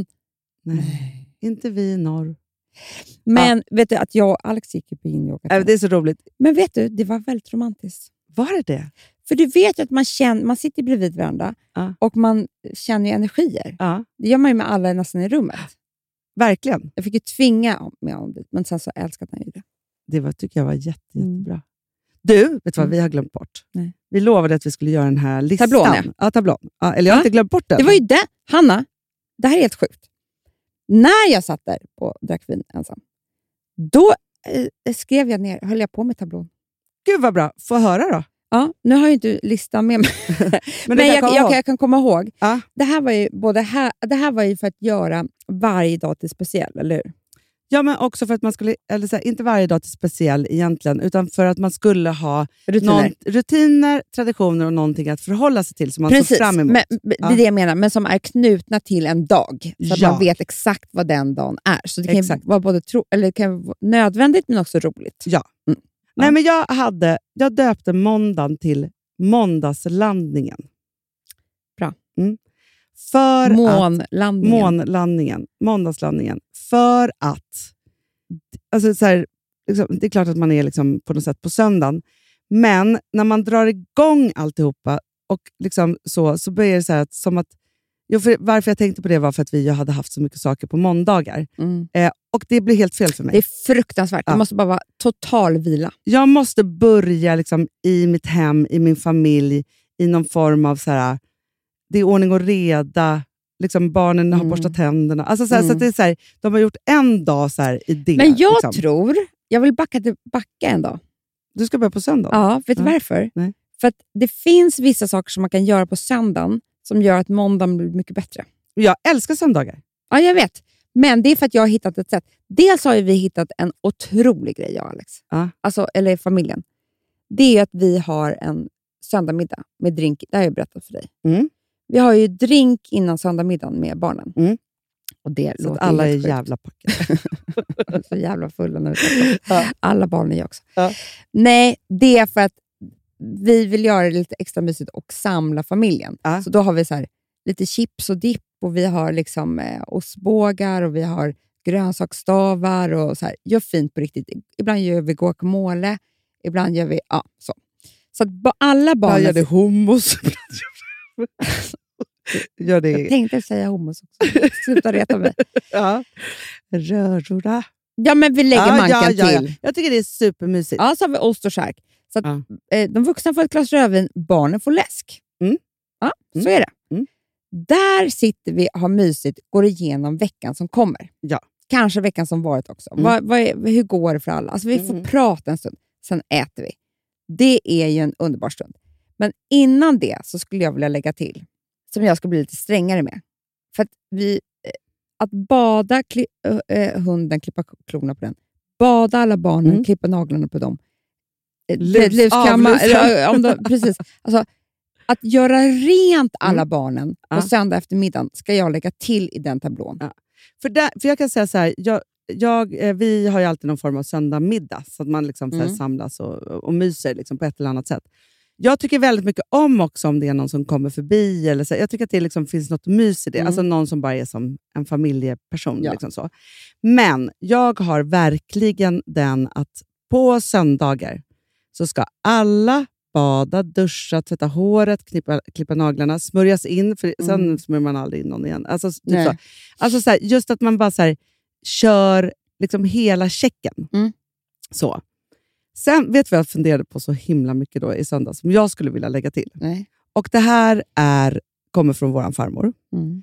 Nej, inte vi i norr. Men vet du att jag och Alex gick ju på yin-yoga. Äh, det är så roligt. Men vet du, det var väldigt romantiskt. Var det det? För du vet ju att man, känner, man sitter bredvid varandra Ja. och man känner ju energier. Ja, Det gör man ju med alla nästan i rummet. verkligen. Jag fick ju tvinga med honom dit, men sen så älskade han ju det. Det var, tycker jag var jätte, Mm. jättebra. Du, vet du vad Mm. vi har glömt bort? Nej. Vi lovade att vi skulle göra den här listan. Tablån, ja. ja tablån. Ja, eller jag har Ja. inte glömt bort den. Det var ju det. Hanna, det här är helt sjukt. När jag satt där och drack vin ensam, då eh, skrev jag ner, höll jag på med tablån. Gud vad bra. Få höra då. Ja, nu har jag ju inte listan med mig. Men, Men, det jag, jag, jag, jag, jag kan komma ihåg. Ja. Det här var ju både här, det här var ju för att göra varje dag till speciell, eller hur? Ja, men också för att man skulle, eller så här, inte varje dag till speciell egentligen, utan för att man skulle ha Rutiner. Någon, rutiner, traditioner och någonting att förhålla sig till som man Precis, såg fram emot. men, det är Ja. det jag menar, men som är knutna till en dag. Så att Ja. man vet exakt vad den dagen är. Så det kan Exakt. vara både tro, eller det kan vara nödvändigt men också roligt. Ja. Mm. Nej, Ja. men jag, hade, jag döpte måndagen till måndagslandningen. Bra. Mm. För att, Månlandningen. månlandningen. Måndagslandningen. För att, alltså så här, liksom, det är klart att man är liksom på något sätt på söndagen, men när man drar igång alltihopa och liksom så, så börjar det så här att, som att, jo, för varför jag tänkte på det var för att vi hade haft så mycket saker på måndagar. Mm. Eh, och det blir helt fel för mig. Det är fruktansvärt. Ja. Det måste bara vara total vila. Jag måste börja liksom i mitt hem, i min familj, i någon form av så här, det är ordning och reda, liksom barnen har Mm. borstat tänderna. Alltså så, här, Mm. så att det är så här, de har gjort en dag så här i det. Men jag liksom. tror, jag vill backa till backa en dag. Du ska börja på söndag? Ja, vet du Ja. varför? Nej. För att det finns vissa saker som man kan göra på söndagen som gör att måndagen blir mycket bättre. Jag älskar söndagar. Ja, jag vet. Men det är för att jag har hittat ett sätt. Dels har ju vi hittat en otrolig grej, jag och Alex. Ja. Alltså, eller familjen. Det är att vi har en söndagmiddag med drink. Det har jag berättat för dig. Mm. Vi har ju drink innan söndagmiddagen med barnen. Mm. Och det Så att låter alla är helt sjukt. jävla packade. Så jävla fulla när vi träffas. Ja. Alla barn är jag också. Ja. Nej, det är för att vi vill göra det lite extra mysigt och samla familjen. Ja. Så då har vi så här, lite chips och dipp och vi har liksom eh, ostbågar och vi har grönsaksstavar och så här. Gör fint på riktigt. Ibland gör vi guacamole, ibland gör vi ja, så. Så att ba- alla barn... Jag gör det hummus. Gör det. Jag tänkte säga hummus också. Sluta reta mig. Ja. Rörora. Ja, men vi lägger Ja, mankan ja, ja, ja. till. Jag tycker det är supermysigt. Ja, så har vi ost och skärk. Så att, Ja. eh, de vuxna får ett glas rödvin, barnen får läsk. Mm. Ja, så Mm. är det. Mm. Där sitter vi, har mysigt, går igenom veckan som kommer. Ja. Kanske veckan som varit också. Mm. Vad, vad är, hur går det för alla? Alltså, vi får Mm. prata en stund, sen äter vi. Det är ju en underbar stund. Men innan det så skulle jag vilja lägga till, som jag ska bli lite strängare med. För att vi... eh, Att bada kli, äh, hunden, klippa klorna på den. Bada alla barnen, Mm. klippa naglarna på dem. Eh, Lus- Luskamma, avlusa. eller, om de, precis. Alltså, att göra rent alla Mm. barnen på Ja. söndag eftermiddag ska jag lägga till i den tablån. Ja. För, där, för jag kan säga så här, jag, jag, eh, vi har ju alltid någon form av söndagmiddag, så att man liksom så här Mm. samlas och, och myser liksom på ett eller annat sätt. Jag tycker väldigt mycket om också om det är någon som kommer förbi. Eller så. Jag tycker att det liksom finns något mys i det. Mm. Alltså någon som bara är som en familjeperson. Ja. Liksom så. Men jag har verkligen den att på söndagar så ska alla bada, duscha, tvätta håret, klippa, klippa naglarna, smörjas in. För sen Mm. smörjer man aldrig in någon igen. Alltså, typ Nej. så. Alltså så här, just att man bara så här, kör liksom hela checken. Mm. Så. Sen vet vi vad jag funderade på så himla mycket då i söndag som jag skulle vilja lägga till. Nej. Och det här är, kommer från våran farmor. Mm.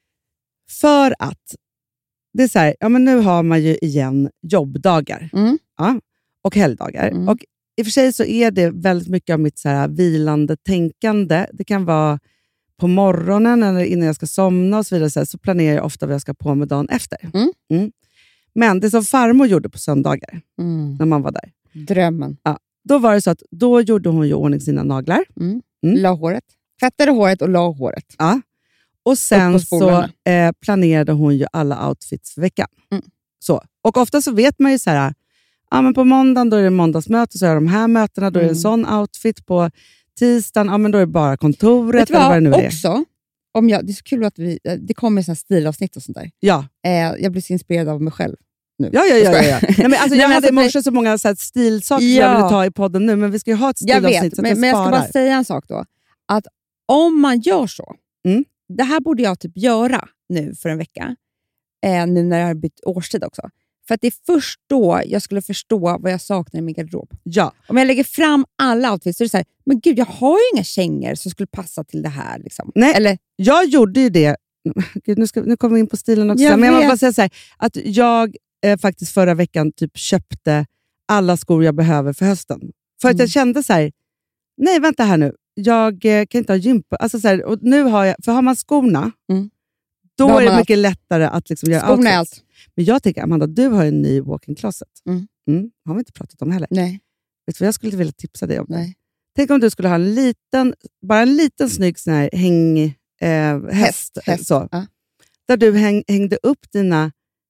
För att det är så här, ja men nu har man ju igen jobbdagar. Mm. Ja, och helgdagar. Mm. Och i och för sig så är det väldigt mycket av mitt så här vilande tänkande. Det kan vara på morgonen eller innan jag ska somna och så vidare. Så, här, så planerar jag ofta vad jag ska på med dagen efter. Mm. Mm. Men det som farmor gjorde på söndagar, Mm. när man var där. Drömmen. Då var det så att då gjorde hon ju ordning sina naglar. Mm. Mm. La håret. Tvättade håret och la håret. Ja. Och Upp sen på så spolarna. eh, planerade hon ju alla outfits för veckan. Mm. Så. Och ofta så vet man ju så här, ja, men på måndagen då är det måndagsmöte, så är de här mötena, då är det en Mm. sån outfit. På tisdagen, ja, men då är det bara kontoret. Vet du eller vad det vad? nu är. Också, om jag, det är så kul att vi, det kommer såna stilavsnitt och sånt där. Ja. Eh, jag blir så inspirerad av mig själv nu. Ja, ja, ja, ja, ja. Nej, men alltså, Nej, jag men hade alltså, i morse så många så här, stilsaker som Ja. jag ville ta i podden nu, men vi ska ju ha ett Jag stilavsnitt vet, så att men, jag men jag sparar. ska bara säga en sak då. Att om man gör så, Mm. det här borde jag typ göra nu för en vecka, eh, nu när jag har bytt årstid också. För att det är först då jag skulle förstå vad jag saknar i min garderob. Ja. Om jag lägger fram alla outfits så är det så här, men gud, jag har ju inga kängor som skulle passa till det här. Liksom. Nej. Eller, Jag gjorde ju det. Gud, nu, ska, nu kommer vi in på stilen också. Jag Men jag vet. vill bara säga så här, att jag eh, faktiskt förra veckan typ köpte alla skor jag behöver för hösten. För att Mm. jag kände så här, nej vänta här nu, jag eh, kan inte ha gympa. Alltså så här, och nu har jag, för har man skorna, Mm. då Då har är det man mycket lättare att liksom göra skorna är outfits. allt. Men jag tänker, Amanda, du har en ny walk-in closet. Mm. Mm, har vi inte pratat om heller. Nej. Vet du vad jag skulle vilja tipsa dig om? Nej. Tänk om du skulle ha en liten, bara en liten snygg sån här häng, eh, häst. Häst, häst. Så, Ja. där du häng, hängde upp dina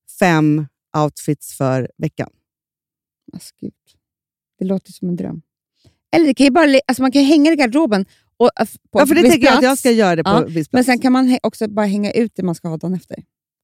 fem outfits för veckan. Alltså, Gud. Det låter som en dröm. Eller det kan ju bara, alltså man kan hänga i garderoben. Och, uh, på Ja, för det viss tänker jag att plats. jag ska göra det på Ja, viss plats. Men sen kan man hä- också bara hänga ut det man ska ha dagen efter.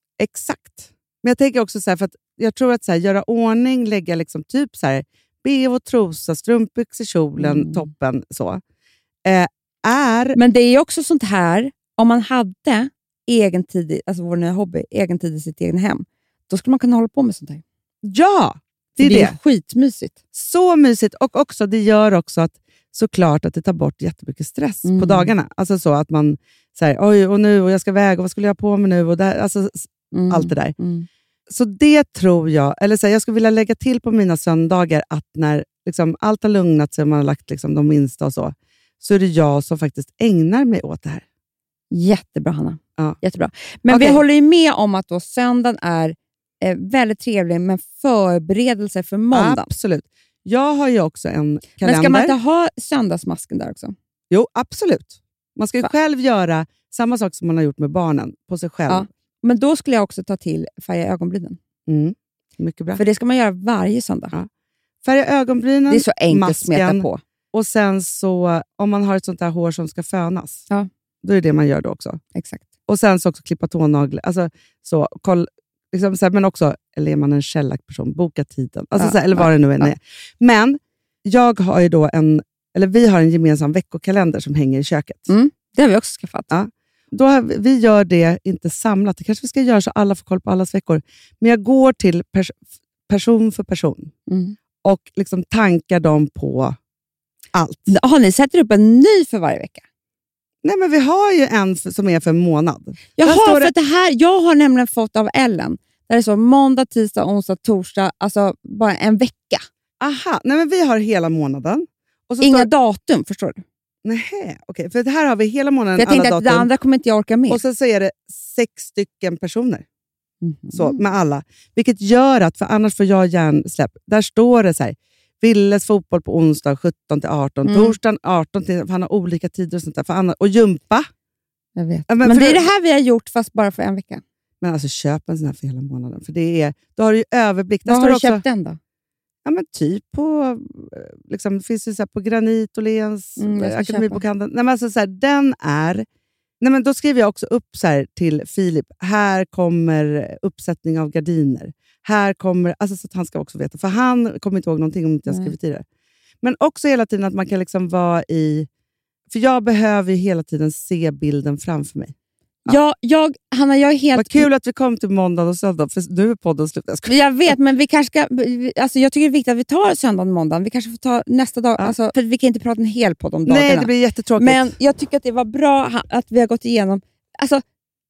Exakt. Men jag tänker också så här, för att jag tror att så här, göra ordning, lägga liksom typ så här, B och trosa, strumpbyxor, kjolen, Mm. toppen, så. Eh, är... Men det är ju också sånt här, om man hade egen tid, i- alltså vår nya hobby, egen tid i sitt egna hem, då skulle man kunna hålla på med sånt här. Ja, det Det är är, det. det är skitmysigt. Så mysigt. Och också, det gör också att såklart att det tar bort jättemycket stress Mm. på dagarna. Alltså så att man säger, oj och nu, och jag ska väga, och vad skulle jag ha på mig nu? Och där, alltså, s- Mm. allt det där. Mm. Så det tror jag, eller så här, jag skulle vilja lägga till på mina söndagar att när liksom, allt har lugnat sig och man har lagt liksom, de minsta och så, så är det jag som faktiskt ägnar mig åt det här. Jättebra, Hanna. Ja. Jättebra. Men Okej. vi håller ju med om att då söndagen är eh, väldigt trevlig, men förberedelse för måndag. Absolut. Jag har ju också en kalender. Men ska man inte ha söndagsmasken där också? Jo, absolut. Man ska ju Va? själv göra samma sak som man har gjort med barnen, på sig själv. Ja. Men då skulle jag också ta till färga ögonbrynen. Mm. Mycket bra. För det ska man göra varje söndag. Ja. Färga ögonbrynen, Det är så enkelt att masken, smeta på. och sen så, om man har ett sånt där hår som ska fönas, Ja. då är det det man gör då också. Exakt. Och sen så också klippa tånaglar. Alltså, så, koll, liksom, så här, men också, eller är man en shellac-person, boka tiden. Alltså, Ja, så här, eller vad ja, det nu än ja. är. Men jag har ju då en, eller vi har en gemensam veckokalender som hänger i köket. Mm. Det har vi också skaffat. Ja. Då har, vi vi gör det inte samlat. Det kanske vi ska göra så alla får koll på allas veckor. Men jag går till pers- person för person Mm. och liksom tankar dem på allt. Har ni sätter upp en ny för varje vecka? Nej, men vi har ju en för, som är för en månad. Jag Där har, står för det- att det här, jag har nämligen fått av Ellen, där det är så måndag, tisdag, onsdag, torsdag, alltså bara en vecka. Aha, nej men vi har hela månaden. Och så Inga står, datum, förstår du? nej, okej, för det här har vi hela månaden, För jag alla tänkte att det datum. andra kommer inte jag orka med. Och sen så är det sex stycken personer. Mhm. Så, med alla. Vilket gör att, för annars får jag hjärnsläpp. Där står det så här, Villes fotboll på onsdag sjutton till arton, Mm. torsdagen arton till, för han har olika tider och sånt där. För Anna, och jumpa. Jag vet. Ja, men men det för- är det här vi har gjort, fast bara för en vecka. Men alltså köp en sån här för hela månaden. För det är, då har du ju överblick. Där Vad står har det du också, köpt den då? ja, men typ på, eh, liksom, det finns ju så här på Granit, Åhléns, Mm, jag eh, ska Akademibokhandeln. Nej, men alltså, så här, den är... Nej, men då skriver jag också upp så här till Filip, här kommer uppsättning av gardiner. Här kommer, alltså så att han ska också veta. För han kommer inte ihåg någonting om inte jag Nej. skrivit i det. Men också hela tiden att man kan liksom vara i... För jag behöver ju hela tiden se bilden framför mig. Ja. Ja, jag, Hanna, jag är helt... Vad kul att vi kom till måndag och söndag, för nu är podden slut. Jag skojar. Jag vet, men vi kanske ska... Alltså jag tycker det är viktigt att vi tar söndagen och måndagen. Vi kanske får ta nästa dag. Ja. Alltså, för vi kan inte prata en hel podd om dagarna. Nej, det blir jättetråkigt. Men jag tycker att det var bra ha- att vi har gått igenom... Alltså,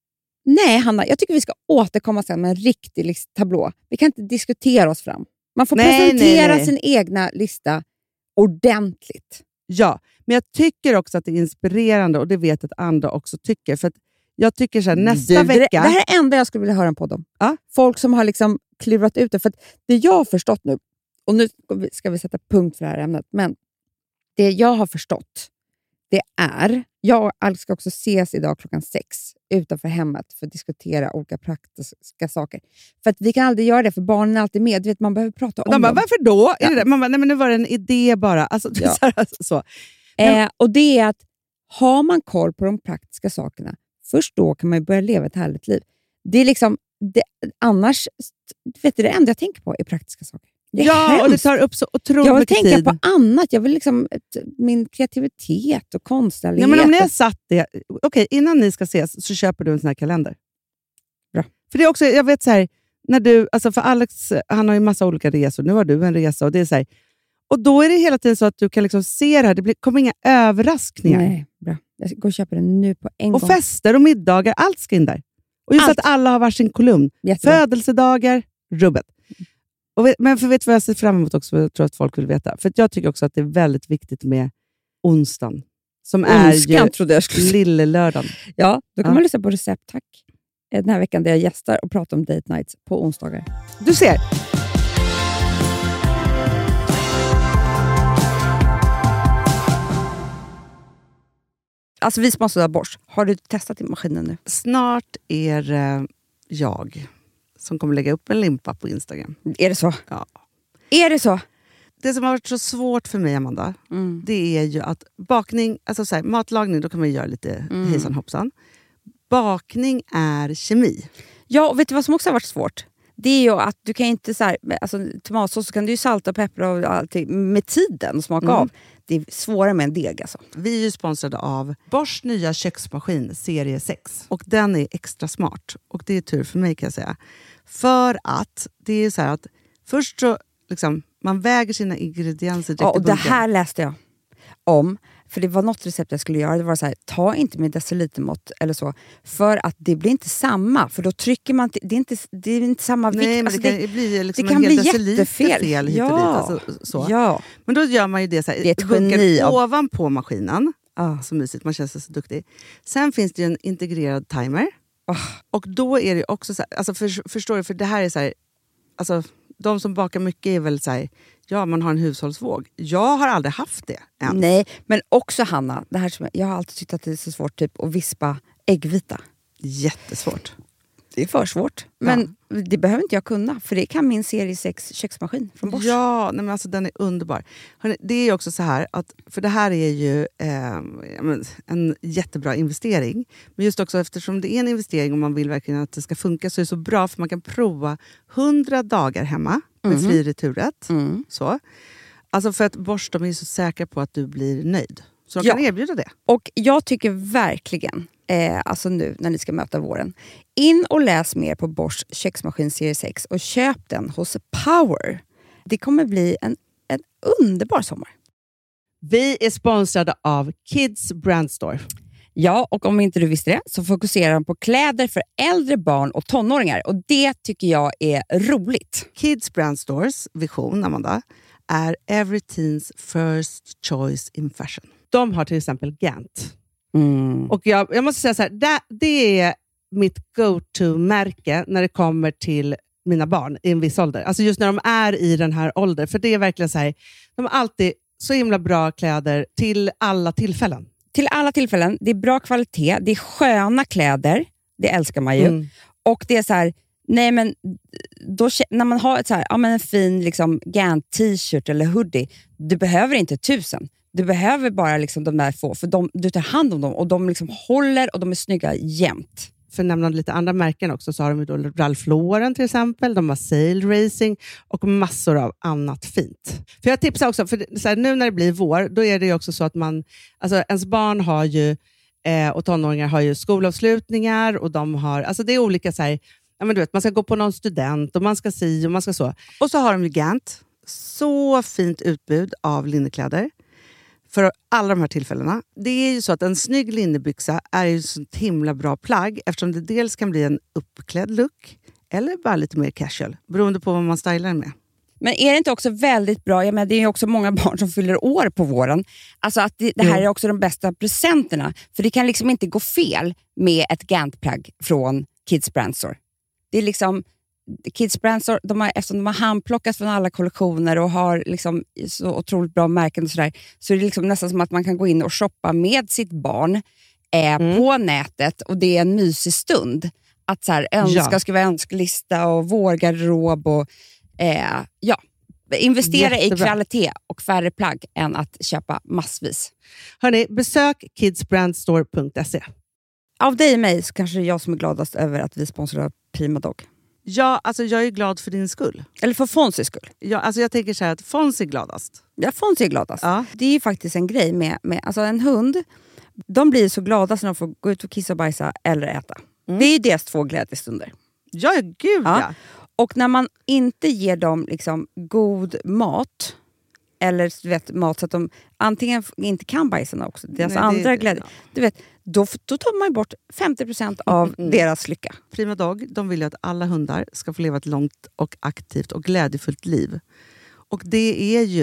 nej, Hanna. Jag tycker vi ska återkomma sen med en riktig list- tablå. Vi kan inte diskutera oss fram. Man får Nej, presentera nej, nej. sin egna lista ordentligt. Ja, men jag tycker också att det är inspirerande, och det vet jag att andra också tycker. För att jag tycker så här, nästa Du, det, vecka... det här är det enda jag skulle vilja höra en podd om. Ja. Folk som har liksom klurat ut det. För att det jag har förstått nu, och nu ska vi sätta punkt för det här ämnet, men det jag har förstått, det är, jag och Alex ska också ses idag klockan sex utanför hemmet för att diskutera olika praktiska saker. För att vi kan aldrig göra det, för barnen är alltid med. Du vet, man behöver prata om De bara, dem. varför då? Ja. Är det där? Man bara, nej men nu var det en idé bara. Alltså, Ja. så, här, så. Eh, och det är att har man koll på de praktiska sakerna, först då kan man ju börja leva ett härligt liv. Det är liksom, det, annars, vet du, det enda jag tänker på är praktiska saker. Det är Ja, och det hemskt. tar upp så otroligt Jag vill mycket tänka tid. på annat. Jag vill liksom ett, min kreativitet och konstnärlighet. Ja, men om ni har satt det... Okej, innan ni ska ses så köper du en sån här kalender. Bra. För det är också, jag vet så här, när du, alltså för Alex, han har ju massa olika resor. Nu har du en resa och det är så här, och då är det hela tiden så att du kan liksom se det här. Det blir, kommer inga överraskningar. Nej, bra. Jag går och köper den nu på en Och gång. fester och middagar, allt ska in där. Och just Allt. att alla har varsin kolumn. Jättebra. Födelsedagar, rubbet. Och vet, men för vet du vad jag ser fram emot också? Jag tror att folk vill veta. För att jag tycker också att det är väldigt viktigt med onsdagen. Som är Onskan ju trodde jag skulle säga. lille lördagen. Ja, då kan Ja. man lyssna på recept, tack. den här veckan där jag gästar och pratar om date nights på onsdagar. Du ser. Alltså vi sponsrar Bosch. Har du testat i maskinen nu? Snart är eh, jag som kommer lägga upp en limpa på Instagram. Är det så? Ja. Är det så? Det som har varit så svårt för mig, Amanda, mm. det är ju att bakning, alltså så här, matlagning, då kan man ju göra lite mm. hejsan hoppsan. Bakning är kemi. Ja, och vet du vad som också har varit svårt? Det är ju att du kan inte så här, alltså tomatsås så kan du ju salta och peppra och allting med tiden och smaka mm. av. Det är svårare med en deg alltså. Vi är ju sponsrade av Bosch nya köksmaskin serie sex. Och den är extra smart. Och det är tur för mig kan jag säga. För att det är så här att först så liksom, man väger sina ingredienser direkt. Ja, och det här läste jag om. För det var något recept jag skulle göra. Det var så här, ta inte med decilitermått eller så. För att det blir inte samma. För då trycker man... Det är inte, det är inte samma vikt. Nej, men alltså det, det kan bli, liksom det kan en bli jättefel fel. Hit ja. och dit, alltså, så. ja. Men då gör man ju det så här. Det är ett geni av... ovanpå maskinen. Ah. Så mysigt, man känns så duktig. Sen finns det ju en integrerad timer. Ah. Och då är det också så här, alltså för, förstår du, för det här är så här, alltså de som bakar mycket är väl så här, ja, man har en hushållsvåg. Jag har aldrig haft det än. Nej, men också Hanna, det här som jag, jag har alltid tyckt att det är så svårt typ att vispa äggvita. Jättesvårt. Det är för svårt. Men ja. Det behöver inte jag kunna, för det kan min serie sex köksmaskin från Bosch. Ja, nej men alltså den är underbar. Hörrni, det är också så här, att, för det här är ju eh, en jättebra investering. Men just också eftersom det är en investering och man vill verkligen att det ska funka, så är det så bra för man kan prova hundra dagar hemma med mm. fri returrätt. Mm. Så. Alltså för att Bosch, de är så säkra på att du blir nöjd. Så de ja. kan erbjuda det. Och jag tycker verkligen, eh, alltså nu när ni ska möta våren, in och läs mer på Bosch köksmaskin serie sex och köp den hos Power. Det kommer bli en, en underbar sommar. Vi är sponsrade av Kids Brand Store. Ja, och om inte du visste det så fokuserar de på kläder för äldre barn och tonåringar. Och det tycker jag är roligt. Kids Brand Stores vision, Amanda, är every teens first choice in fashion. De har till exempel Gant. Mm. Och jag, jag måste säga så här, det, det är mitt go-to-märke när det kommer till mina barn i en viss ålder. Alltså just när de är i den här åldern. För det är verkligen så här, de har alltid så himla bra kläder till alla tillfällen. Till alla tillfällen. Det är bra kvalitet. Det är sköna kläder. Det älskar man ju. Mm. Och det är så här, nej men då, när man har ett så här, ja, men en fin liksom, Gant t-shirt eller hoodie, du behöver inte tusen. Du behöver bara liksom de där få, för de, du tar hand om dem och de liksom håller och de är snygga jämt. För att nämna lite andra märken också, så har de ju då Ralph Lauren till exempel, de har Sail Racing och massor av annat fint. För jag tipsar också, för så här, nu när det blir vår, då är det ju också så att man, alltså ens barn har ju, eh, och tonåringar har ju skolavslutningar och de har, alltså det är olika så här, ja men du vet, man ska gå på någon student och man ska si och man ska så. Och så har de ju Gant, så fint utbud av linnekläder. För alla de här tillfällena. Det är ju så att en snygg linnebyxa är ju så himla bra plagg. Eftersom det dels kan bli en uppklädd look. Eller bara lite mer casual. Beroende på vad man stylar den med. Men är det inte också väldigt bra? Jag menar, det är ju också många barn som fyller år på våren. Alltså att det, det här mm. är också de bästa presenterna. För det kan liksom inte gå fel med ett Gant-plagg från Kids Brand Store. Det är liksom... Kids Brand Store, de har, eftersom de har handplockat från alla kollektioner och har liksom så otroligt bra märken och sådär, så är det liksom nästan som att man kan gå in och shoppa med sitt barn eh, mm. på nätet, och det är en mysig stund att så här, önska, ja. skriva önskelista och vårgarderob och eh, ja, investera Jättebra. i kvalitet och färre plagg än att köpa massvis. Hörrni, besök kids brand store punkt se. Av dig och mig så kanske det är jag som är gladast över att vi sponsrar Prima Dog. Ja, alltså jag är glad för din skull. Eller för Fonzys skull. Ja, alltså jag tänker så här att Fonzie är gladast. Ja, Fonzie är gladast. Ja. Det är ju faktiskt en grej med, med alltså en hund. De blir så glada när de får gå ut och kissa och bajsa eller äta. Mm. Det är ju deras två glädjestunder. Ja, gud ja. ja. Och när man inte ger dem liksom god mat, eller du vet, mat så att de antingen inte kan bajsa också, deras Nej, andra det, glädje. Ja. Du vet, då, då tar man ju bort femtio procent av mm. deras lycka. Prima Dog, de vill ju att alla hundar ska få leva ett långt och aktivt och glädjefullt liv. Och det är ju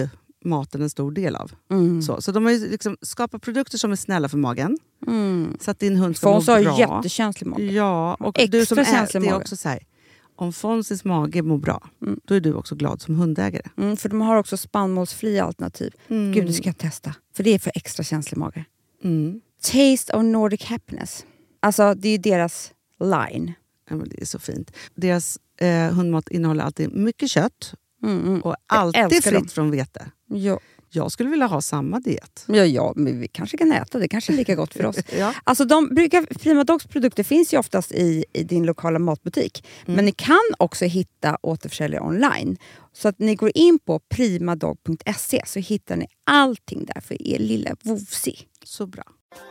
maten en stor del av. Mm. Så, så de har ju liksom skapat produkter som är snälla för magen. Mm. Så att din hund ska må Fons har bra. jättekänslig mage. Ja, och Extra du som är, känslig det är mage. också så här, om Fonsis mage mår bra, Mm. då är du också glad som hundägare. Mm, för de har också spannmålsfria alternativ. Mm. Gud, det ska jag testa. För det är för extra känslig mage. Mm. Taste of Nordic Happiness. Alltså, det är ju deras line. Ja, men det är så fint. Deras eh, hundmat innehåller alltid mycket kött Mm, mm. och Jag alltid älskar fritt dem. från vete. Ja. Jag skulle vilja ha samma diet. Ja, ja, men vi kanske kan äta. Det kanske är lika gott för oss. Ja. Alltså, de brukar, Prima Dogs produkter finns ju oftast i, i din lokala matbutik. Mm. Men ni kan också hitta återförsäljare online. Så att ni går in på primadog punkt se så hittar ni allting där för er lilla vovsi. Så bra.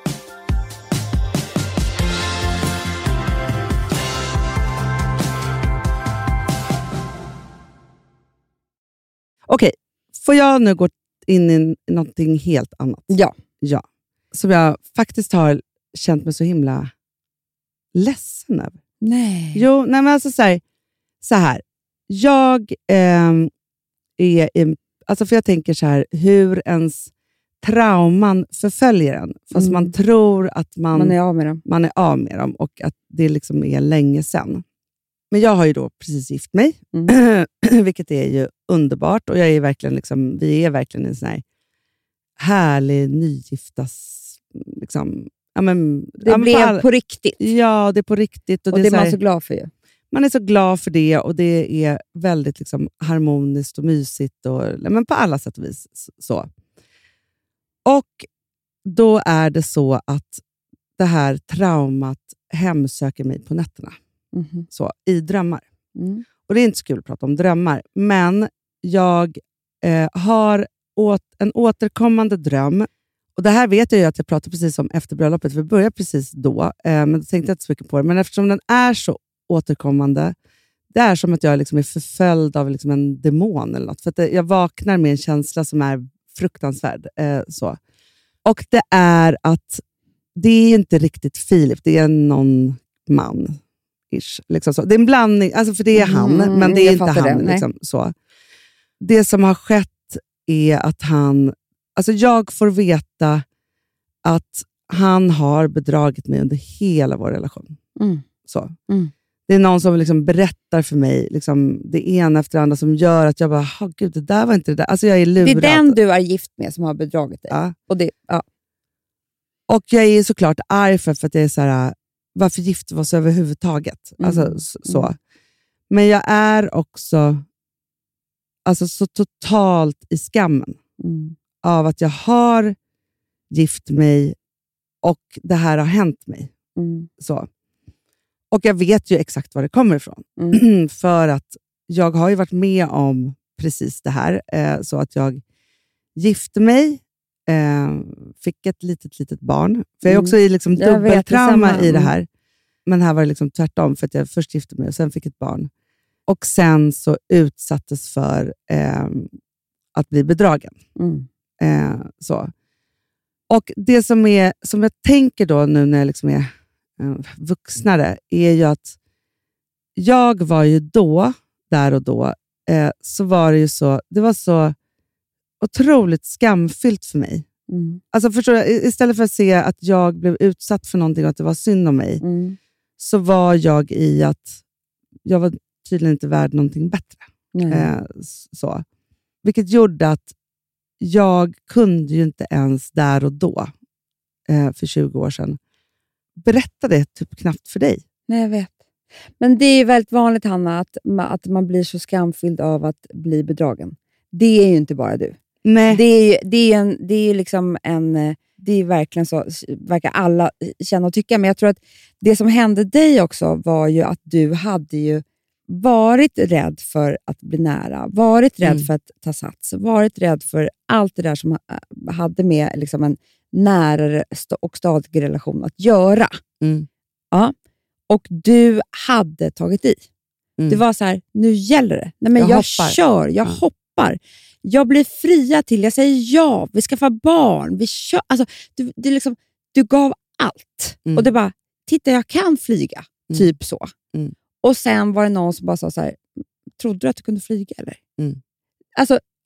Okej, får jag nu gå in i någonting helt annat? Ja. Ja. Som jag faktiskt har känt mig så himla ledsen över. Nej. Jo, nej men alltså så här. Så här. Jag eh, är... I, alltså för jag tänker så här, hur ens trauman förföljer en. Fast Mm. man tror att man, Man är av med dem. man är av med dem och att det liksom är länge sedan. Men jag har ju då precis gift mig, Mm. vilket är ju underbart. Och jag är verkligen liksom, vi är verkligen en sån här härlig nygiftas... Liksom, ja, men, Det ja, men blev all- på riktigt. Ja, det är på riktigt. Och, Och det det är så är man här, så glad för ju. man är så glad för det och det är väldigt liksom, harmoniskt och mysigt. Och, ja, men på alla sätt och vis. Så. Och då är det så att det här traumat hemsöker mig på nätterna. Mhm. Så, i drömmar. Mm. Och det är inte så kul att prata om drömmar. Men jag eh, har åt, en återkommande dröm. Och det här vet jag ju att jag pratar precis om efter bröllopet. Vi börjar precis då. Eh, men jag tänkte inte så mycket på det. Men eftersom den är så återkommande. Det är som att jag liksom är förföljd av liksom en demon eller något. För att det, jag vaknar med en känsla som är fruktansvärd. Eh, så. Och det är att det är inte riktigt Filip. Det är någon man. Ish, liksom så. Det är en blandning, alltså för det är han, Mm, men det är jag inte fattar han. det, nej. Liksom, så. Det som har skett är att han... Alltså jag får veta att han har bedragit mig under hela vår relation. Mm. Så. Mm. Det är någon som liksom berättar för mig liksom, det ena efter det andra som gör att jag bara, oh, gud, det där var inte det där. Alltså jag är Det lurad. är den du är gift med som har bedragit dig. Ja. Och det, ja. Och jag är såklart arg för, för att jag är så här, varför gifte vi oss överhuvudtaget? Mm. Alltså, s- så. Men jag är också alltså, så totalt i skammen Mm. av att jag har gift mig och det här har hänt mig. Mm. Så. Och jag vet ju exakt var det kommer ifrån. Mm. För att jag har ju varit med om precis det här. Eh, så att jag gifte mig, eh, fick ett litet, litet barn. För jag är Mm. också i liksom Jag vet, dubbeltrauma detsamma. i det Mm. här. Men här var det liksom tvärtom, för att jag först gifte mig och sen fick ett barn. Och sen så utsattes för eh, att bli bedragen. Mm. Eh, så. Och det som, är, som jag tänker då nu när jag liksom är eh, vuxnare är ju att jag var ju då, där och då, eh, så var det ju så, det var så otroligt skamfyllt för mig. Mm. Alltså förstår du, I- istället för att se att jag blev utsatt för någonting och att det var synd om mig, Mm. så var jag i att jag var tydligen inte värd någonting bättre. Nej. Eh, s- så. Vilket gjorde att jag kunde ju inte ens där och då, eh, för tjugo år sedan, berätta det typ knappt för dig. Nej, jag vet. Men det är ju väldigt vanligt, Hanna, att, ma- att man blir så skamfylld av att bli bedragen. Det är ju inte bara du. Nej. Det är ju, det är en, det är ju liksom en... eh, Det är verkligen så, verkar alla känna och tycka. Men jag tror att det som hände dig också var ju att du hade ju varit rädd för att bli nära, varit rädd Mm. för att ta sats, varit rädd för allt det där som äh, hade med liksom en nära st- och stadig relation att göra. Mm. Ja. Och du hade tagit i. Mm. Det var så här, nu gäller det. Nej, men Jag jag hoppar. kör, jag Ja. hoppar. Jag blir fria till, jag säger ja, vi skaffar barn, vi kör. Alltså, du, det är liksom, du gav allt. Mm. Och det bara, titta jag kan flyga. Mm. Typ så. Mm. Och sen var det någon som bara sa så här, trodde du att du kunde flyga eller? Mm. Alltså,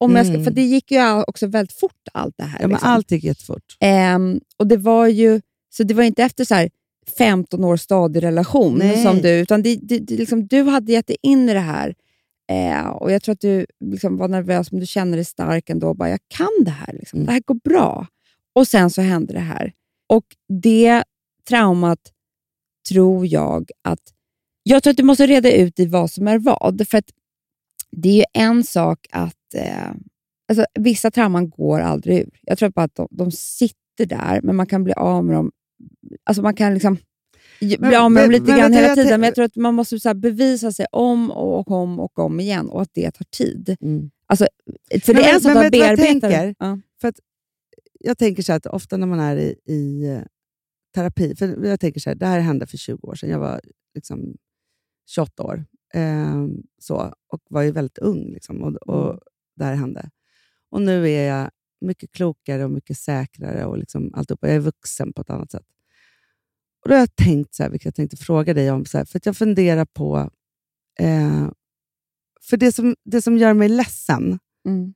Om jag ska, Mm. för det gick ju också väldigt fort allt det här. Ja, men liksom. allt gick jättefort. Ehm, och det var ju, så det var inte efter så här femton års stadig relation Nej. som du, utan det, det, det, liksom, du hade gett dig in i det här. Eh, och jag tror att du liksom var nervös, men du känner dig stark ändå. Bara, jag kan det här. Liksom. Mm. Det här går bra. Och sen så hände det här. Och det traumat tror jag att... Jag tror att du måste reda ut i vad som är vad. För att det är ju en sak att... Eh, alltså, vissa trauman går aldrig ur. Jag tror bara att de, de sitter där, men man kan bli av med dem. Alltså man kan liksom... bli av med dem lite men, grann men, hela jag, tiden. jag, Men jag tror att man måste så här bevisa sig om och om och om igen. Och att det tar tid. Mm. Alltså, för Men det är vet- en sak men att vet du vad jag bearbeta det. tänker? Ja. jag tänker så här att ofta när man är i, i eh, terapi, för jag tänker så här, det här hände för tjugo år sedan. Jag var liksom tjugoåtta år eh, så, och var ju väldigt ung. Liksom, och, och det här hände. Och nu är jag mycket klokare och mycket säkrare och liksom alltihopa. Jag är vuxen på ett annat sätt. Och då har jag tänkt så här, vilket jag tänkte fråga dig om, så här, för att jag funderar på eh, för det som, det som gör mig ledsen Mm.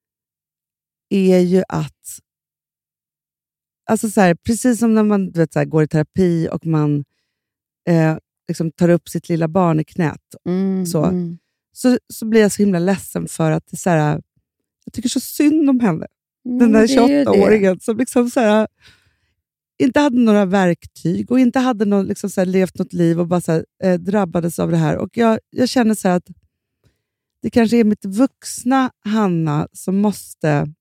är ju att alltså så här, precis som när man du vet, så här, går i terapi och man eh, liksom tar upp sitt lilla barn i knät Mm. så, Mm. så, så blir jag så himla ledsen för att det är så här, jag tycker så synd om henne. Den Mm, där det är ju det. tjugoåtta-åringen som liksom så här, inte hade några verktyg och inte hade någon, liksom så här, levt något liv och bara så här, eh, drabbades av det här. Och jag, jag känner så här att det kanske är mitt vuxna Hanna som måste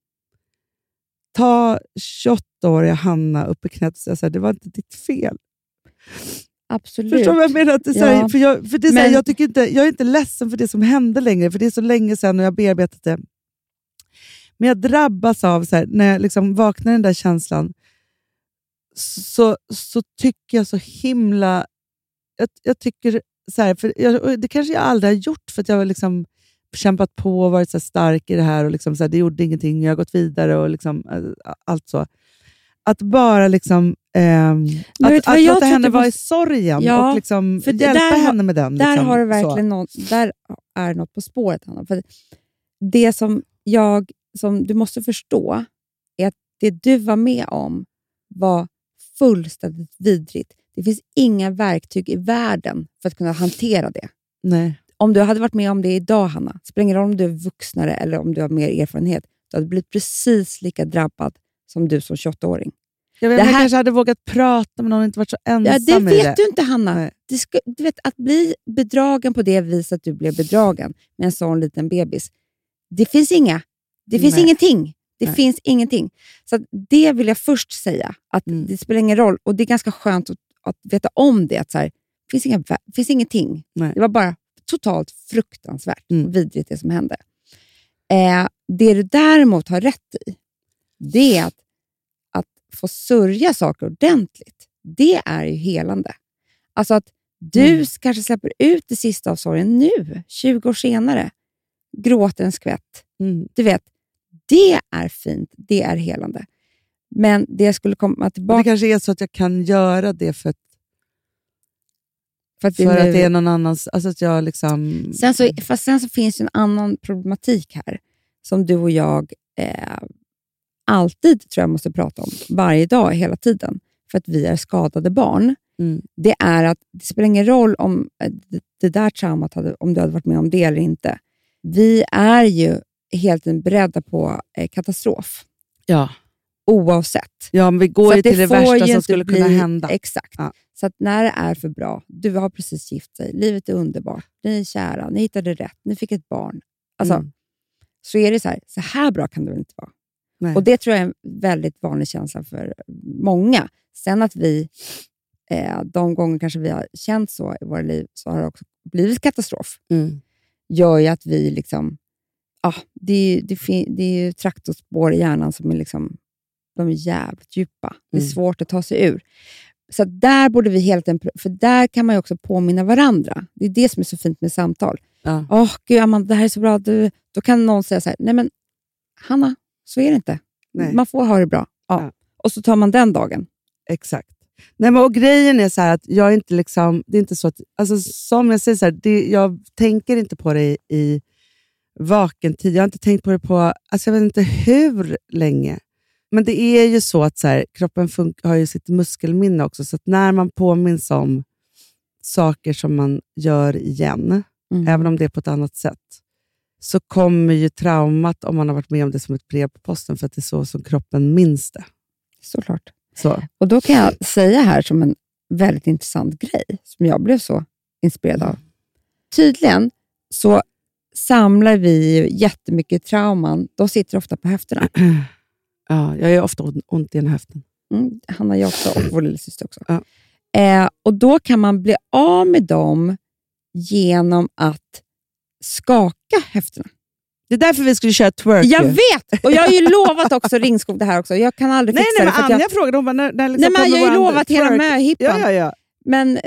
ta tjugoåtta-åriga Hanna upp i knät och säga så här, det var inte ditt fel. Absolut. Förstår du vad jag menar? Att det är så här, Ja. för jag, för det är så här, Men- jag, tycker inte, jag är inte ledsen för det som hände längre, för det är så länge sedan och jag har bearbetat det. Men jag drabbas av, så här, när jag liksom vaknar i den där känslan, så, så tycker jag så himla... Jag, jag tycker så här, för jag, och det kanske jag aldrig har gjort, för att jag har liksom kämpat på och varit så här stark i det här, och liksom så här, det gjorde ingenting, jag har gått vidare och liksom, äh, allt så. Att bara liksom ehm, vet att, du att vad jag låta tror henne att du vara måste- i sorgen Ja, och liksom för det- hjälpa där har- henne med den. Där liksom, har du så. verkligen något, där är något på spåret, Hanna. För det som, jag, som du måste förstå är att det du var med om var fullständigt vidrigt. Det finns inga verktyg i världen för att kunna hantera det. Nej. Om du hade varit med om det idag, Hanna, det spelar ingen roll om du är vuxnare eller om du har mer erfarenhet, du hade blivit precis lika drabbad som du som tjugoåtta-åring. Jag, vet, Det jag här- kanske hade vågat prata med någon och inte varit så ensam Ja, det i vet det. du inte, Hanna. Nej. Det ska, du vet, att bli bedragen på det viset att du blev bedragen med en sån liten bebis. Det finns inga. Det finns Nej. ingenting. Det Nej. finns ingenting. Så att det vill jag först säga. Att Mm. det spelar ingen roll. Och det är ganska skönt att, att veta om det. Att så här, det finns, inga, det finns ingenting. Nej. Det var bara totalt fruktansvärt Mm. och vidrigt det som hände. Eh, det du däremot har rätt i, det är att, att få sörja saker ordentligt. Det är ju helande. Alltså att du Mm. kanske släpper ut det sista av sorgen nu, tjugo år senare. Gråter en skvätt. Mm. Du vet, det är fint. Det är helande. Men det jag skulle komma Och tillbaka det kanske är så att jag kan göra det för att, för att för det, att nu, det är någon annans... Alltså att jag liksom... sen så, fast sen så finns det en annan problematik här som du och jag eh, alltid tror jag måste prata om. Varje dag, hela tiden. För att vi är skadade barn. Mm. Det är att det spelar ingen roll om eh, det, det där traumat hade, om du hade varit med om det eller inte. Vi är ju helt beredda på eh, katastrof. Ja. Oavsett. ja, men vi går Så ju att det till det får värsta ju som inte skulle bli- kunna hända. Exakt. Ja. Så att när det är för bra, du har precis gift sig, livet är underbart, ni är kära, ni hittade rätt, ni fick ett barn. Alltså, Mm. så är det så här, så här bra kan det väl inte vara. Nej. Och det tror jag är en väldigt vanlig känsla för många. Sen att vi, eh, de gånger kanske vi har känt så i våra liv, så har det också blivit katastrof. Mm. Gör ju att vi liksom, ja, det, är ju- det, fin- det är ju traktorspår i hjärnan som är liksom, de är jävligt djupa. Det är Mm. svårt att ta sig ur. Så att där borde vi hela tiden, för där kan man ju också påminna varandra. Det är det som är så fint med samtal. Ja. Åh, gud Amanda, det här är så bra. Du, då kan någon säga så här, nej men Hanna, så är det inte. Nej. Man får ha det bra. Ja. Ja. Och så tar man den dagen. Exakt. Nej, men och grejen är så här att jag är inte liksom, det är inte så att, alltså som jag säger så här, det, jag tänker inte på det i, i vaken tid. Jag har inte tänkt på det på, alltså jag vet inte hur länge. Men det är ju så att så här, kroppen fun- har ju sitt muskelminne också. Så att när man påminns om saker som man gör igen, mm. även om det är på ett annat sätt, så kommer ju traumat om man har varit med om det som ett brev på posten, för att det är så som kroppen minns det. Såklart. Så. Och då kan jag säga här som en väldigt intressant grej som jag blev så inspirerad av. Tydligen så samlar vi jättemycket trauman. De sitter ofta på höfterna. Ja, jag är ofta ont i den höften. Mm, han har jag också och vår lillasyster också. Ja. Eh, och då kan man bli av med dem genom att skaka höfterna. Det är därför vi skulle köra twerk. Jag vet! Och jag har ju lovat också Ringskog det här också. Jag kan aldrig nej, fixa nej, det. Men Anja jag frågade, hon bara, när, när liksom nej, men jag har ju lovat hela möhippan. Ja, ja, ja. Men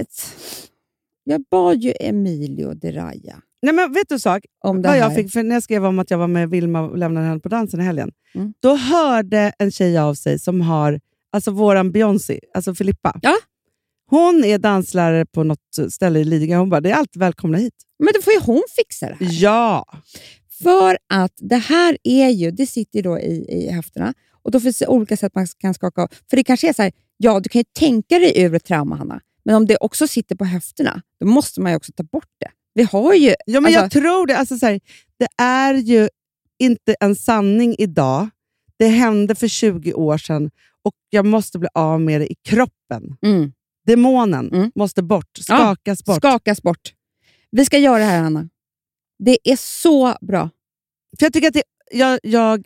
jag bad ju Emilio de Raya. Nej, men vet du sak? Om det vad här. jag fick, för när jag skrev om att jag var med Vilma och lämnade henne på dansen i helgen. Mm. Då hörde en tjej av sig som har, alltså våran Beyoncé, alltså Filippa. Ja. Hon är danslärare på något ställe i Lidingö. Hon bara, det är alltid välkomna hit. Men då får ju hon fixa det här. Ja. För att det här är ju, det sitter då i, i höfterna. Och då finns det olika sätt man kan skaka av. För det kanske är så här, ja du kan ju tänka dig ur ett trauma, Hanna. Men om det också sitter på höfterna, då måste man ju också ta bort det. Vi har ju... Ja, men alltså, jag tror det. Alltså, så här, det är ju inte en sanning idag. Det hände för tjugo år sedan. Och jag måste bli av med det i kroppen. Mm. Demonen Mm. måste bort. Skakas ja, bort. Skakas bort. Vi ska göra det här, Anna. Det är så bra. För jag tycker att det, jag, jag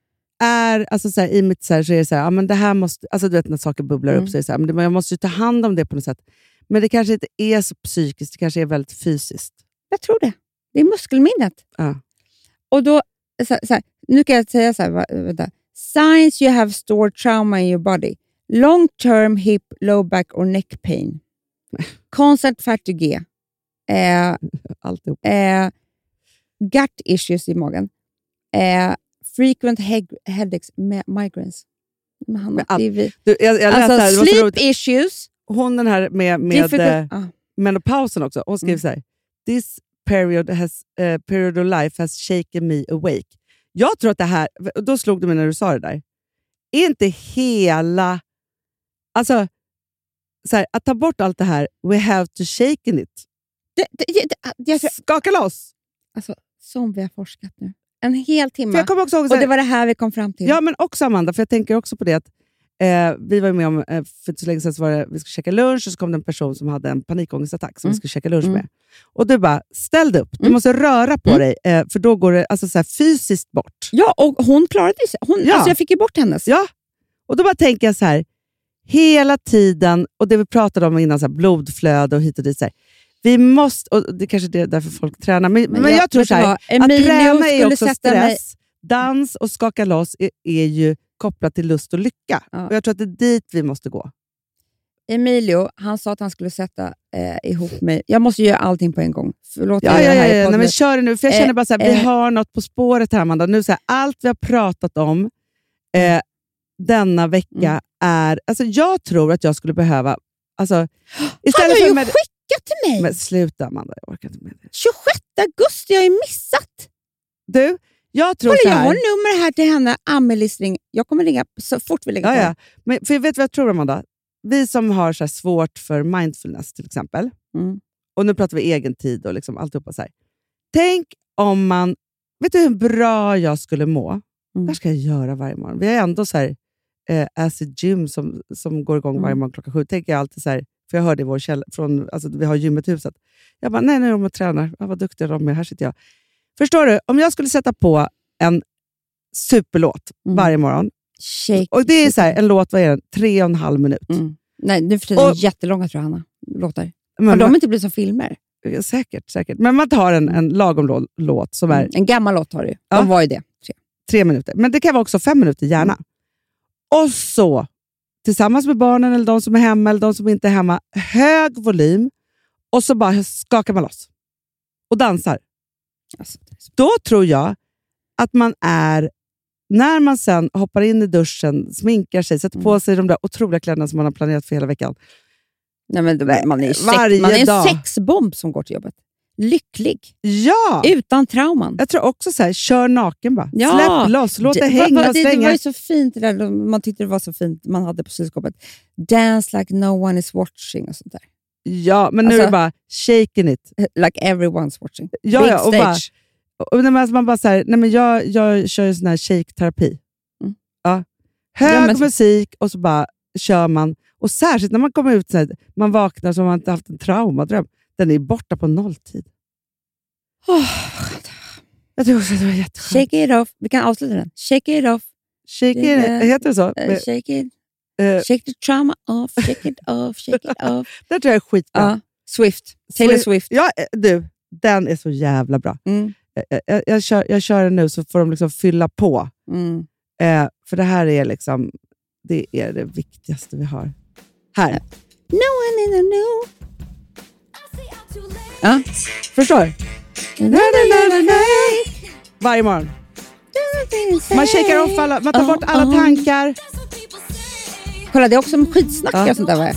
är, alltså så här, i mitt så här, så är det så här, ja, men det här måste, alltså du vet när saker bubblar Mm. upp så är det så här, men det, jag måste ju ta hand om det på något sätt. Men det kanske inte är så psykiskt, det kanske är väldigt fysiskt. Jag tror det. Det är muskelminnet. Ja. Och då, så, så här, nu kan jag säga så här, va, vänta. Signs you have stored trauma in your body. Long term hip, low back or neck pain. Constant fatigue. Eh, Alltihop. eh, gut issues i magen. Eh, frequent he- headaches, ma- migraines. Men Hanna, all- det är vi. Du, jag, jag läste Alltså här, det var så sleep roligt. issues. Hon den här med, med Difficult- eh, ah. menopausen också. Hon skrev Mm. så här: This period, has, uh, period of life has shaken me awake. Jag tror att det här, då slog det mig när du sa det där. Är inte hela, alltså så här, att ta bort allt det här, we have to shake in it. Det, det, det, det, jag tror, Skaka loss. alltså, som vi har forskat nu. En hel timme. För jag kommer också ihåg, så Och här, det var det här vi kom fram till. ja, men också Amanda, för jag tänker också på det att eh, vi var med om, eh, för så länge sedan så var det, vi skulle käka lunch och så kom det en person som hade en panikångestattack som Mm. vi skulle käka lunch Mm. med. Och du bara, ställ dig upp. Du Mm. måste röra på Mm. dig, eh, för då går det alltså, så här, fysiskt bort. Ja, och hon klarade sig. Hon, Ja. alltså jag fick ju bort hennes. Ja, och då bara tänker jag så här, hela tiden, och det vi pratade om innan, så här, blodflöde och hit och dit. Så här, vi måste, och det kanske är därför folk tränar, men, men, jag, tror vet så du här, vad? att Emilio träna är skulle också sätta stress. mig- Dans och skaka loss är, är ju kopplat till lust och lycka. Ja. Och jag tror att det är dit vi måste gå. Emilio, han sa att han skulle sätta eh, ihop mig. Jag måste göra allting på en gång. Förlåt. Ja, jag ja, gör det ja, här i ja. podden. Nej, men kör det nu. För jag känner Eh, bara så här, vi eh. har något på spåret här, Amanda. Nu, så här, allt vi har pratat om eh, denna vecka Mm. är... Alltså, jag tror att jag skulle behöva... Alltså, Han istället har för ju med, skickat till mig. men sluta, Amanda. Jag orkar inte med det. tjugosjätte augusti, jag har ju missat. Du, jag tror Kolla, så jag här... har nummer här till henne. Amelies ring. Jag kommer ringa så fort vi lägger Ja, på. ja. Men, för jag vet vad jag tror, Amanda. Vi som har så här svårt för mindfulness till exempel. Mm. Och nu pratar vi egen tid och liksom alltihopa så här. Tänk om man... Vet du hur bra jag skulle må? Mm. Det här ska jag göra varje morgon. Vi har ändå så här, eh, Acid Gym som, som går igång varje Mm. morgon klockan sju. Tänker jag alltid så här, för jag hörde i vår källa, från, alltså vi har gymmet i huset. Jag bara, nej, nej, de är tränar. Ja, vad duktiga de är. Här sitter jag. Förstår du? Om jag skulle sätta på en superlåt Mm. varje morgon. Shake. Och det är så här, en låt, vad är den? Tre och en halv minut. Mm. Nej, nu för tiden är Och- de jättelånga, tror jag, Hanna. Låtar. Men, Har de man, inte blivit som filmer? säkert, säkert. Men man tar en, en lagom lå- låt som är Mm. En gammal låt har du. De Ja. var ju det. Tre. tre minuter. Men det kan vara också fem minuter, gärna. Mm. Och så, tillsammans med barnen eller de som är hemma eller de som inte är hemma, hög volym. Och så bara skakar man loss. Och dansar. Alltså, det är så- Då tror jag att man är, när man sen hoppar in i duschen, sminkar sig, sätter på Mm. sig de där otroliga kläderna som man har planerat för hela veckan. Nej, men det- man är ju sex, Varje man är en dag. sexbomb som går till jobbet. lycklig. Ja! Utan trauman. Jag tror också så här, kör naken bara. Ja. Släpp loss, låt det, det hänga va, och det, svänga. det var ju så fint det där, man tyckte det var så fint man hade på kylskåpet. Dance like no one is watching och sånt där. Ja, men nu Alltså- är det bara shaking it. Like everyone's watching. Ja, Big ja, och stage. bara, och när man bara så här, nej men jag, jag kör ju sån här shake-terapi. Mm. Ja. Hög Ja, men- musik och så bara kör man. Och särskilt när man kommer ut så här, man vaknar som man inte haft en traumadröm. Den är borta på nolltid. Oh, Jag tycker också att det var jätteskönt. shake it off. Vi kan avsluta den. Shake it off. Shake it, heter det så? Uh, shake it. Eh, Shake the trauma off. Shake it off. Shake it off. det tror jag är skitbra. Ja. Swift. Taylor Swift. Ja, eh, du, den är så jävla bra. Mm. Jag, jag, jag, kör, jag kör den nu så får de liksom fylla på. Mm. Eh, för det här är liksom det är det viktigaste vi har. Här. No one in the know. Ja, förstår? Varje morgon. Man shakar off alla, man tar bort alla tankar. Kolla, det är också en skitsnack Ja. och sånt där. Va?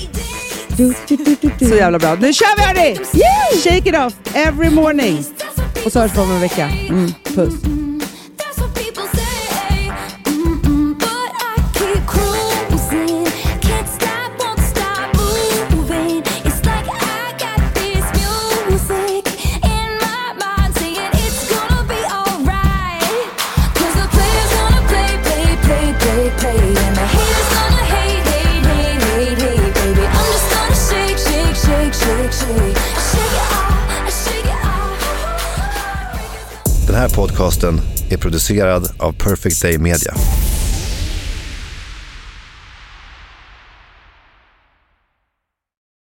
Så jävla bra. Nu kör vi hörni! Shake it off every morning. Och så hörs vi om en vecka. Mm. Puss. Den här podcasten är producerad av Perfect Day Media.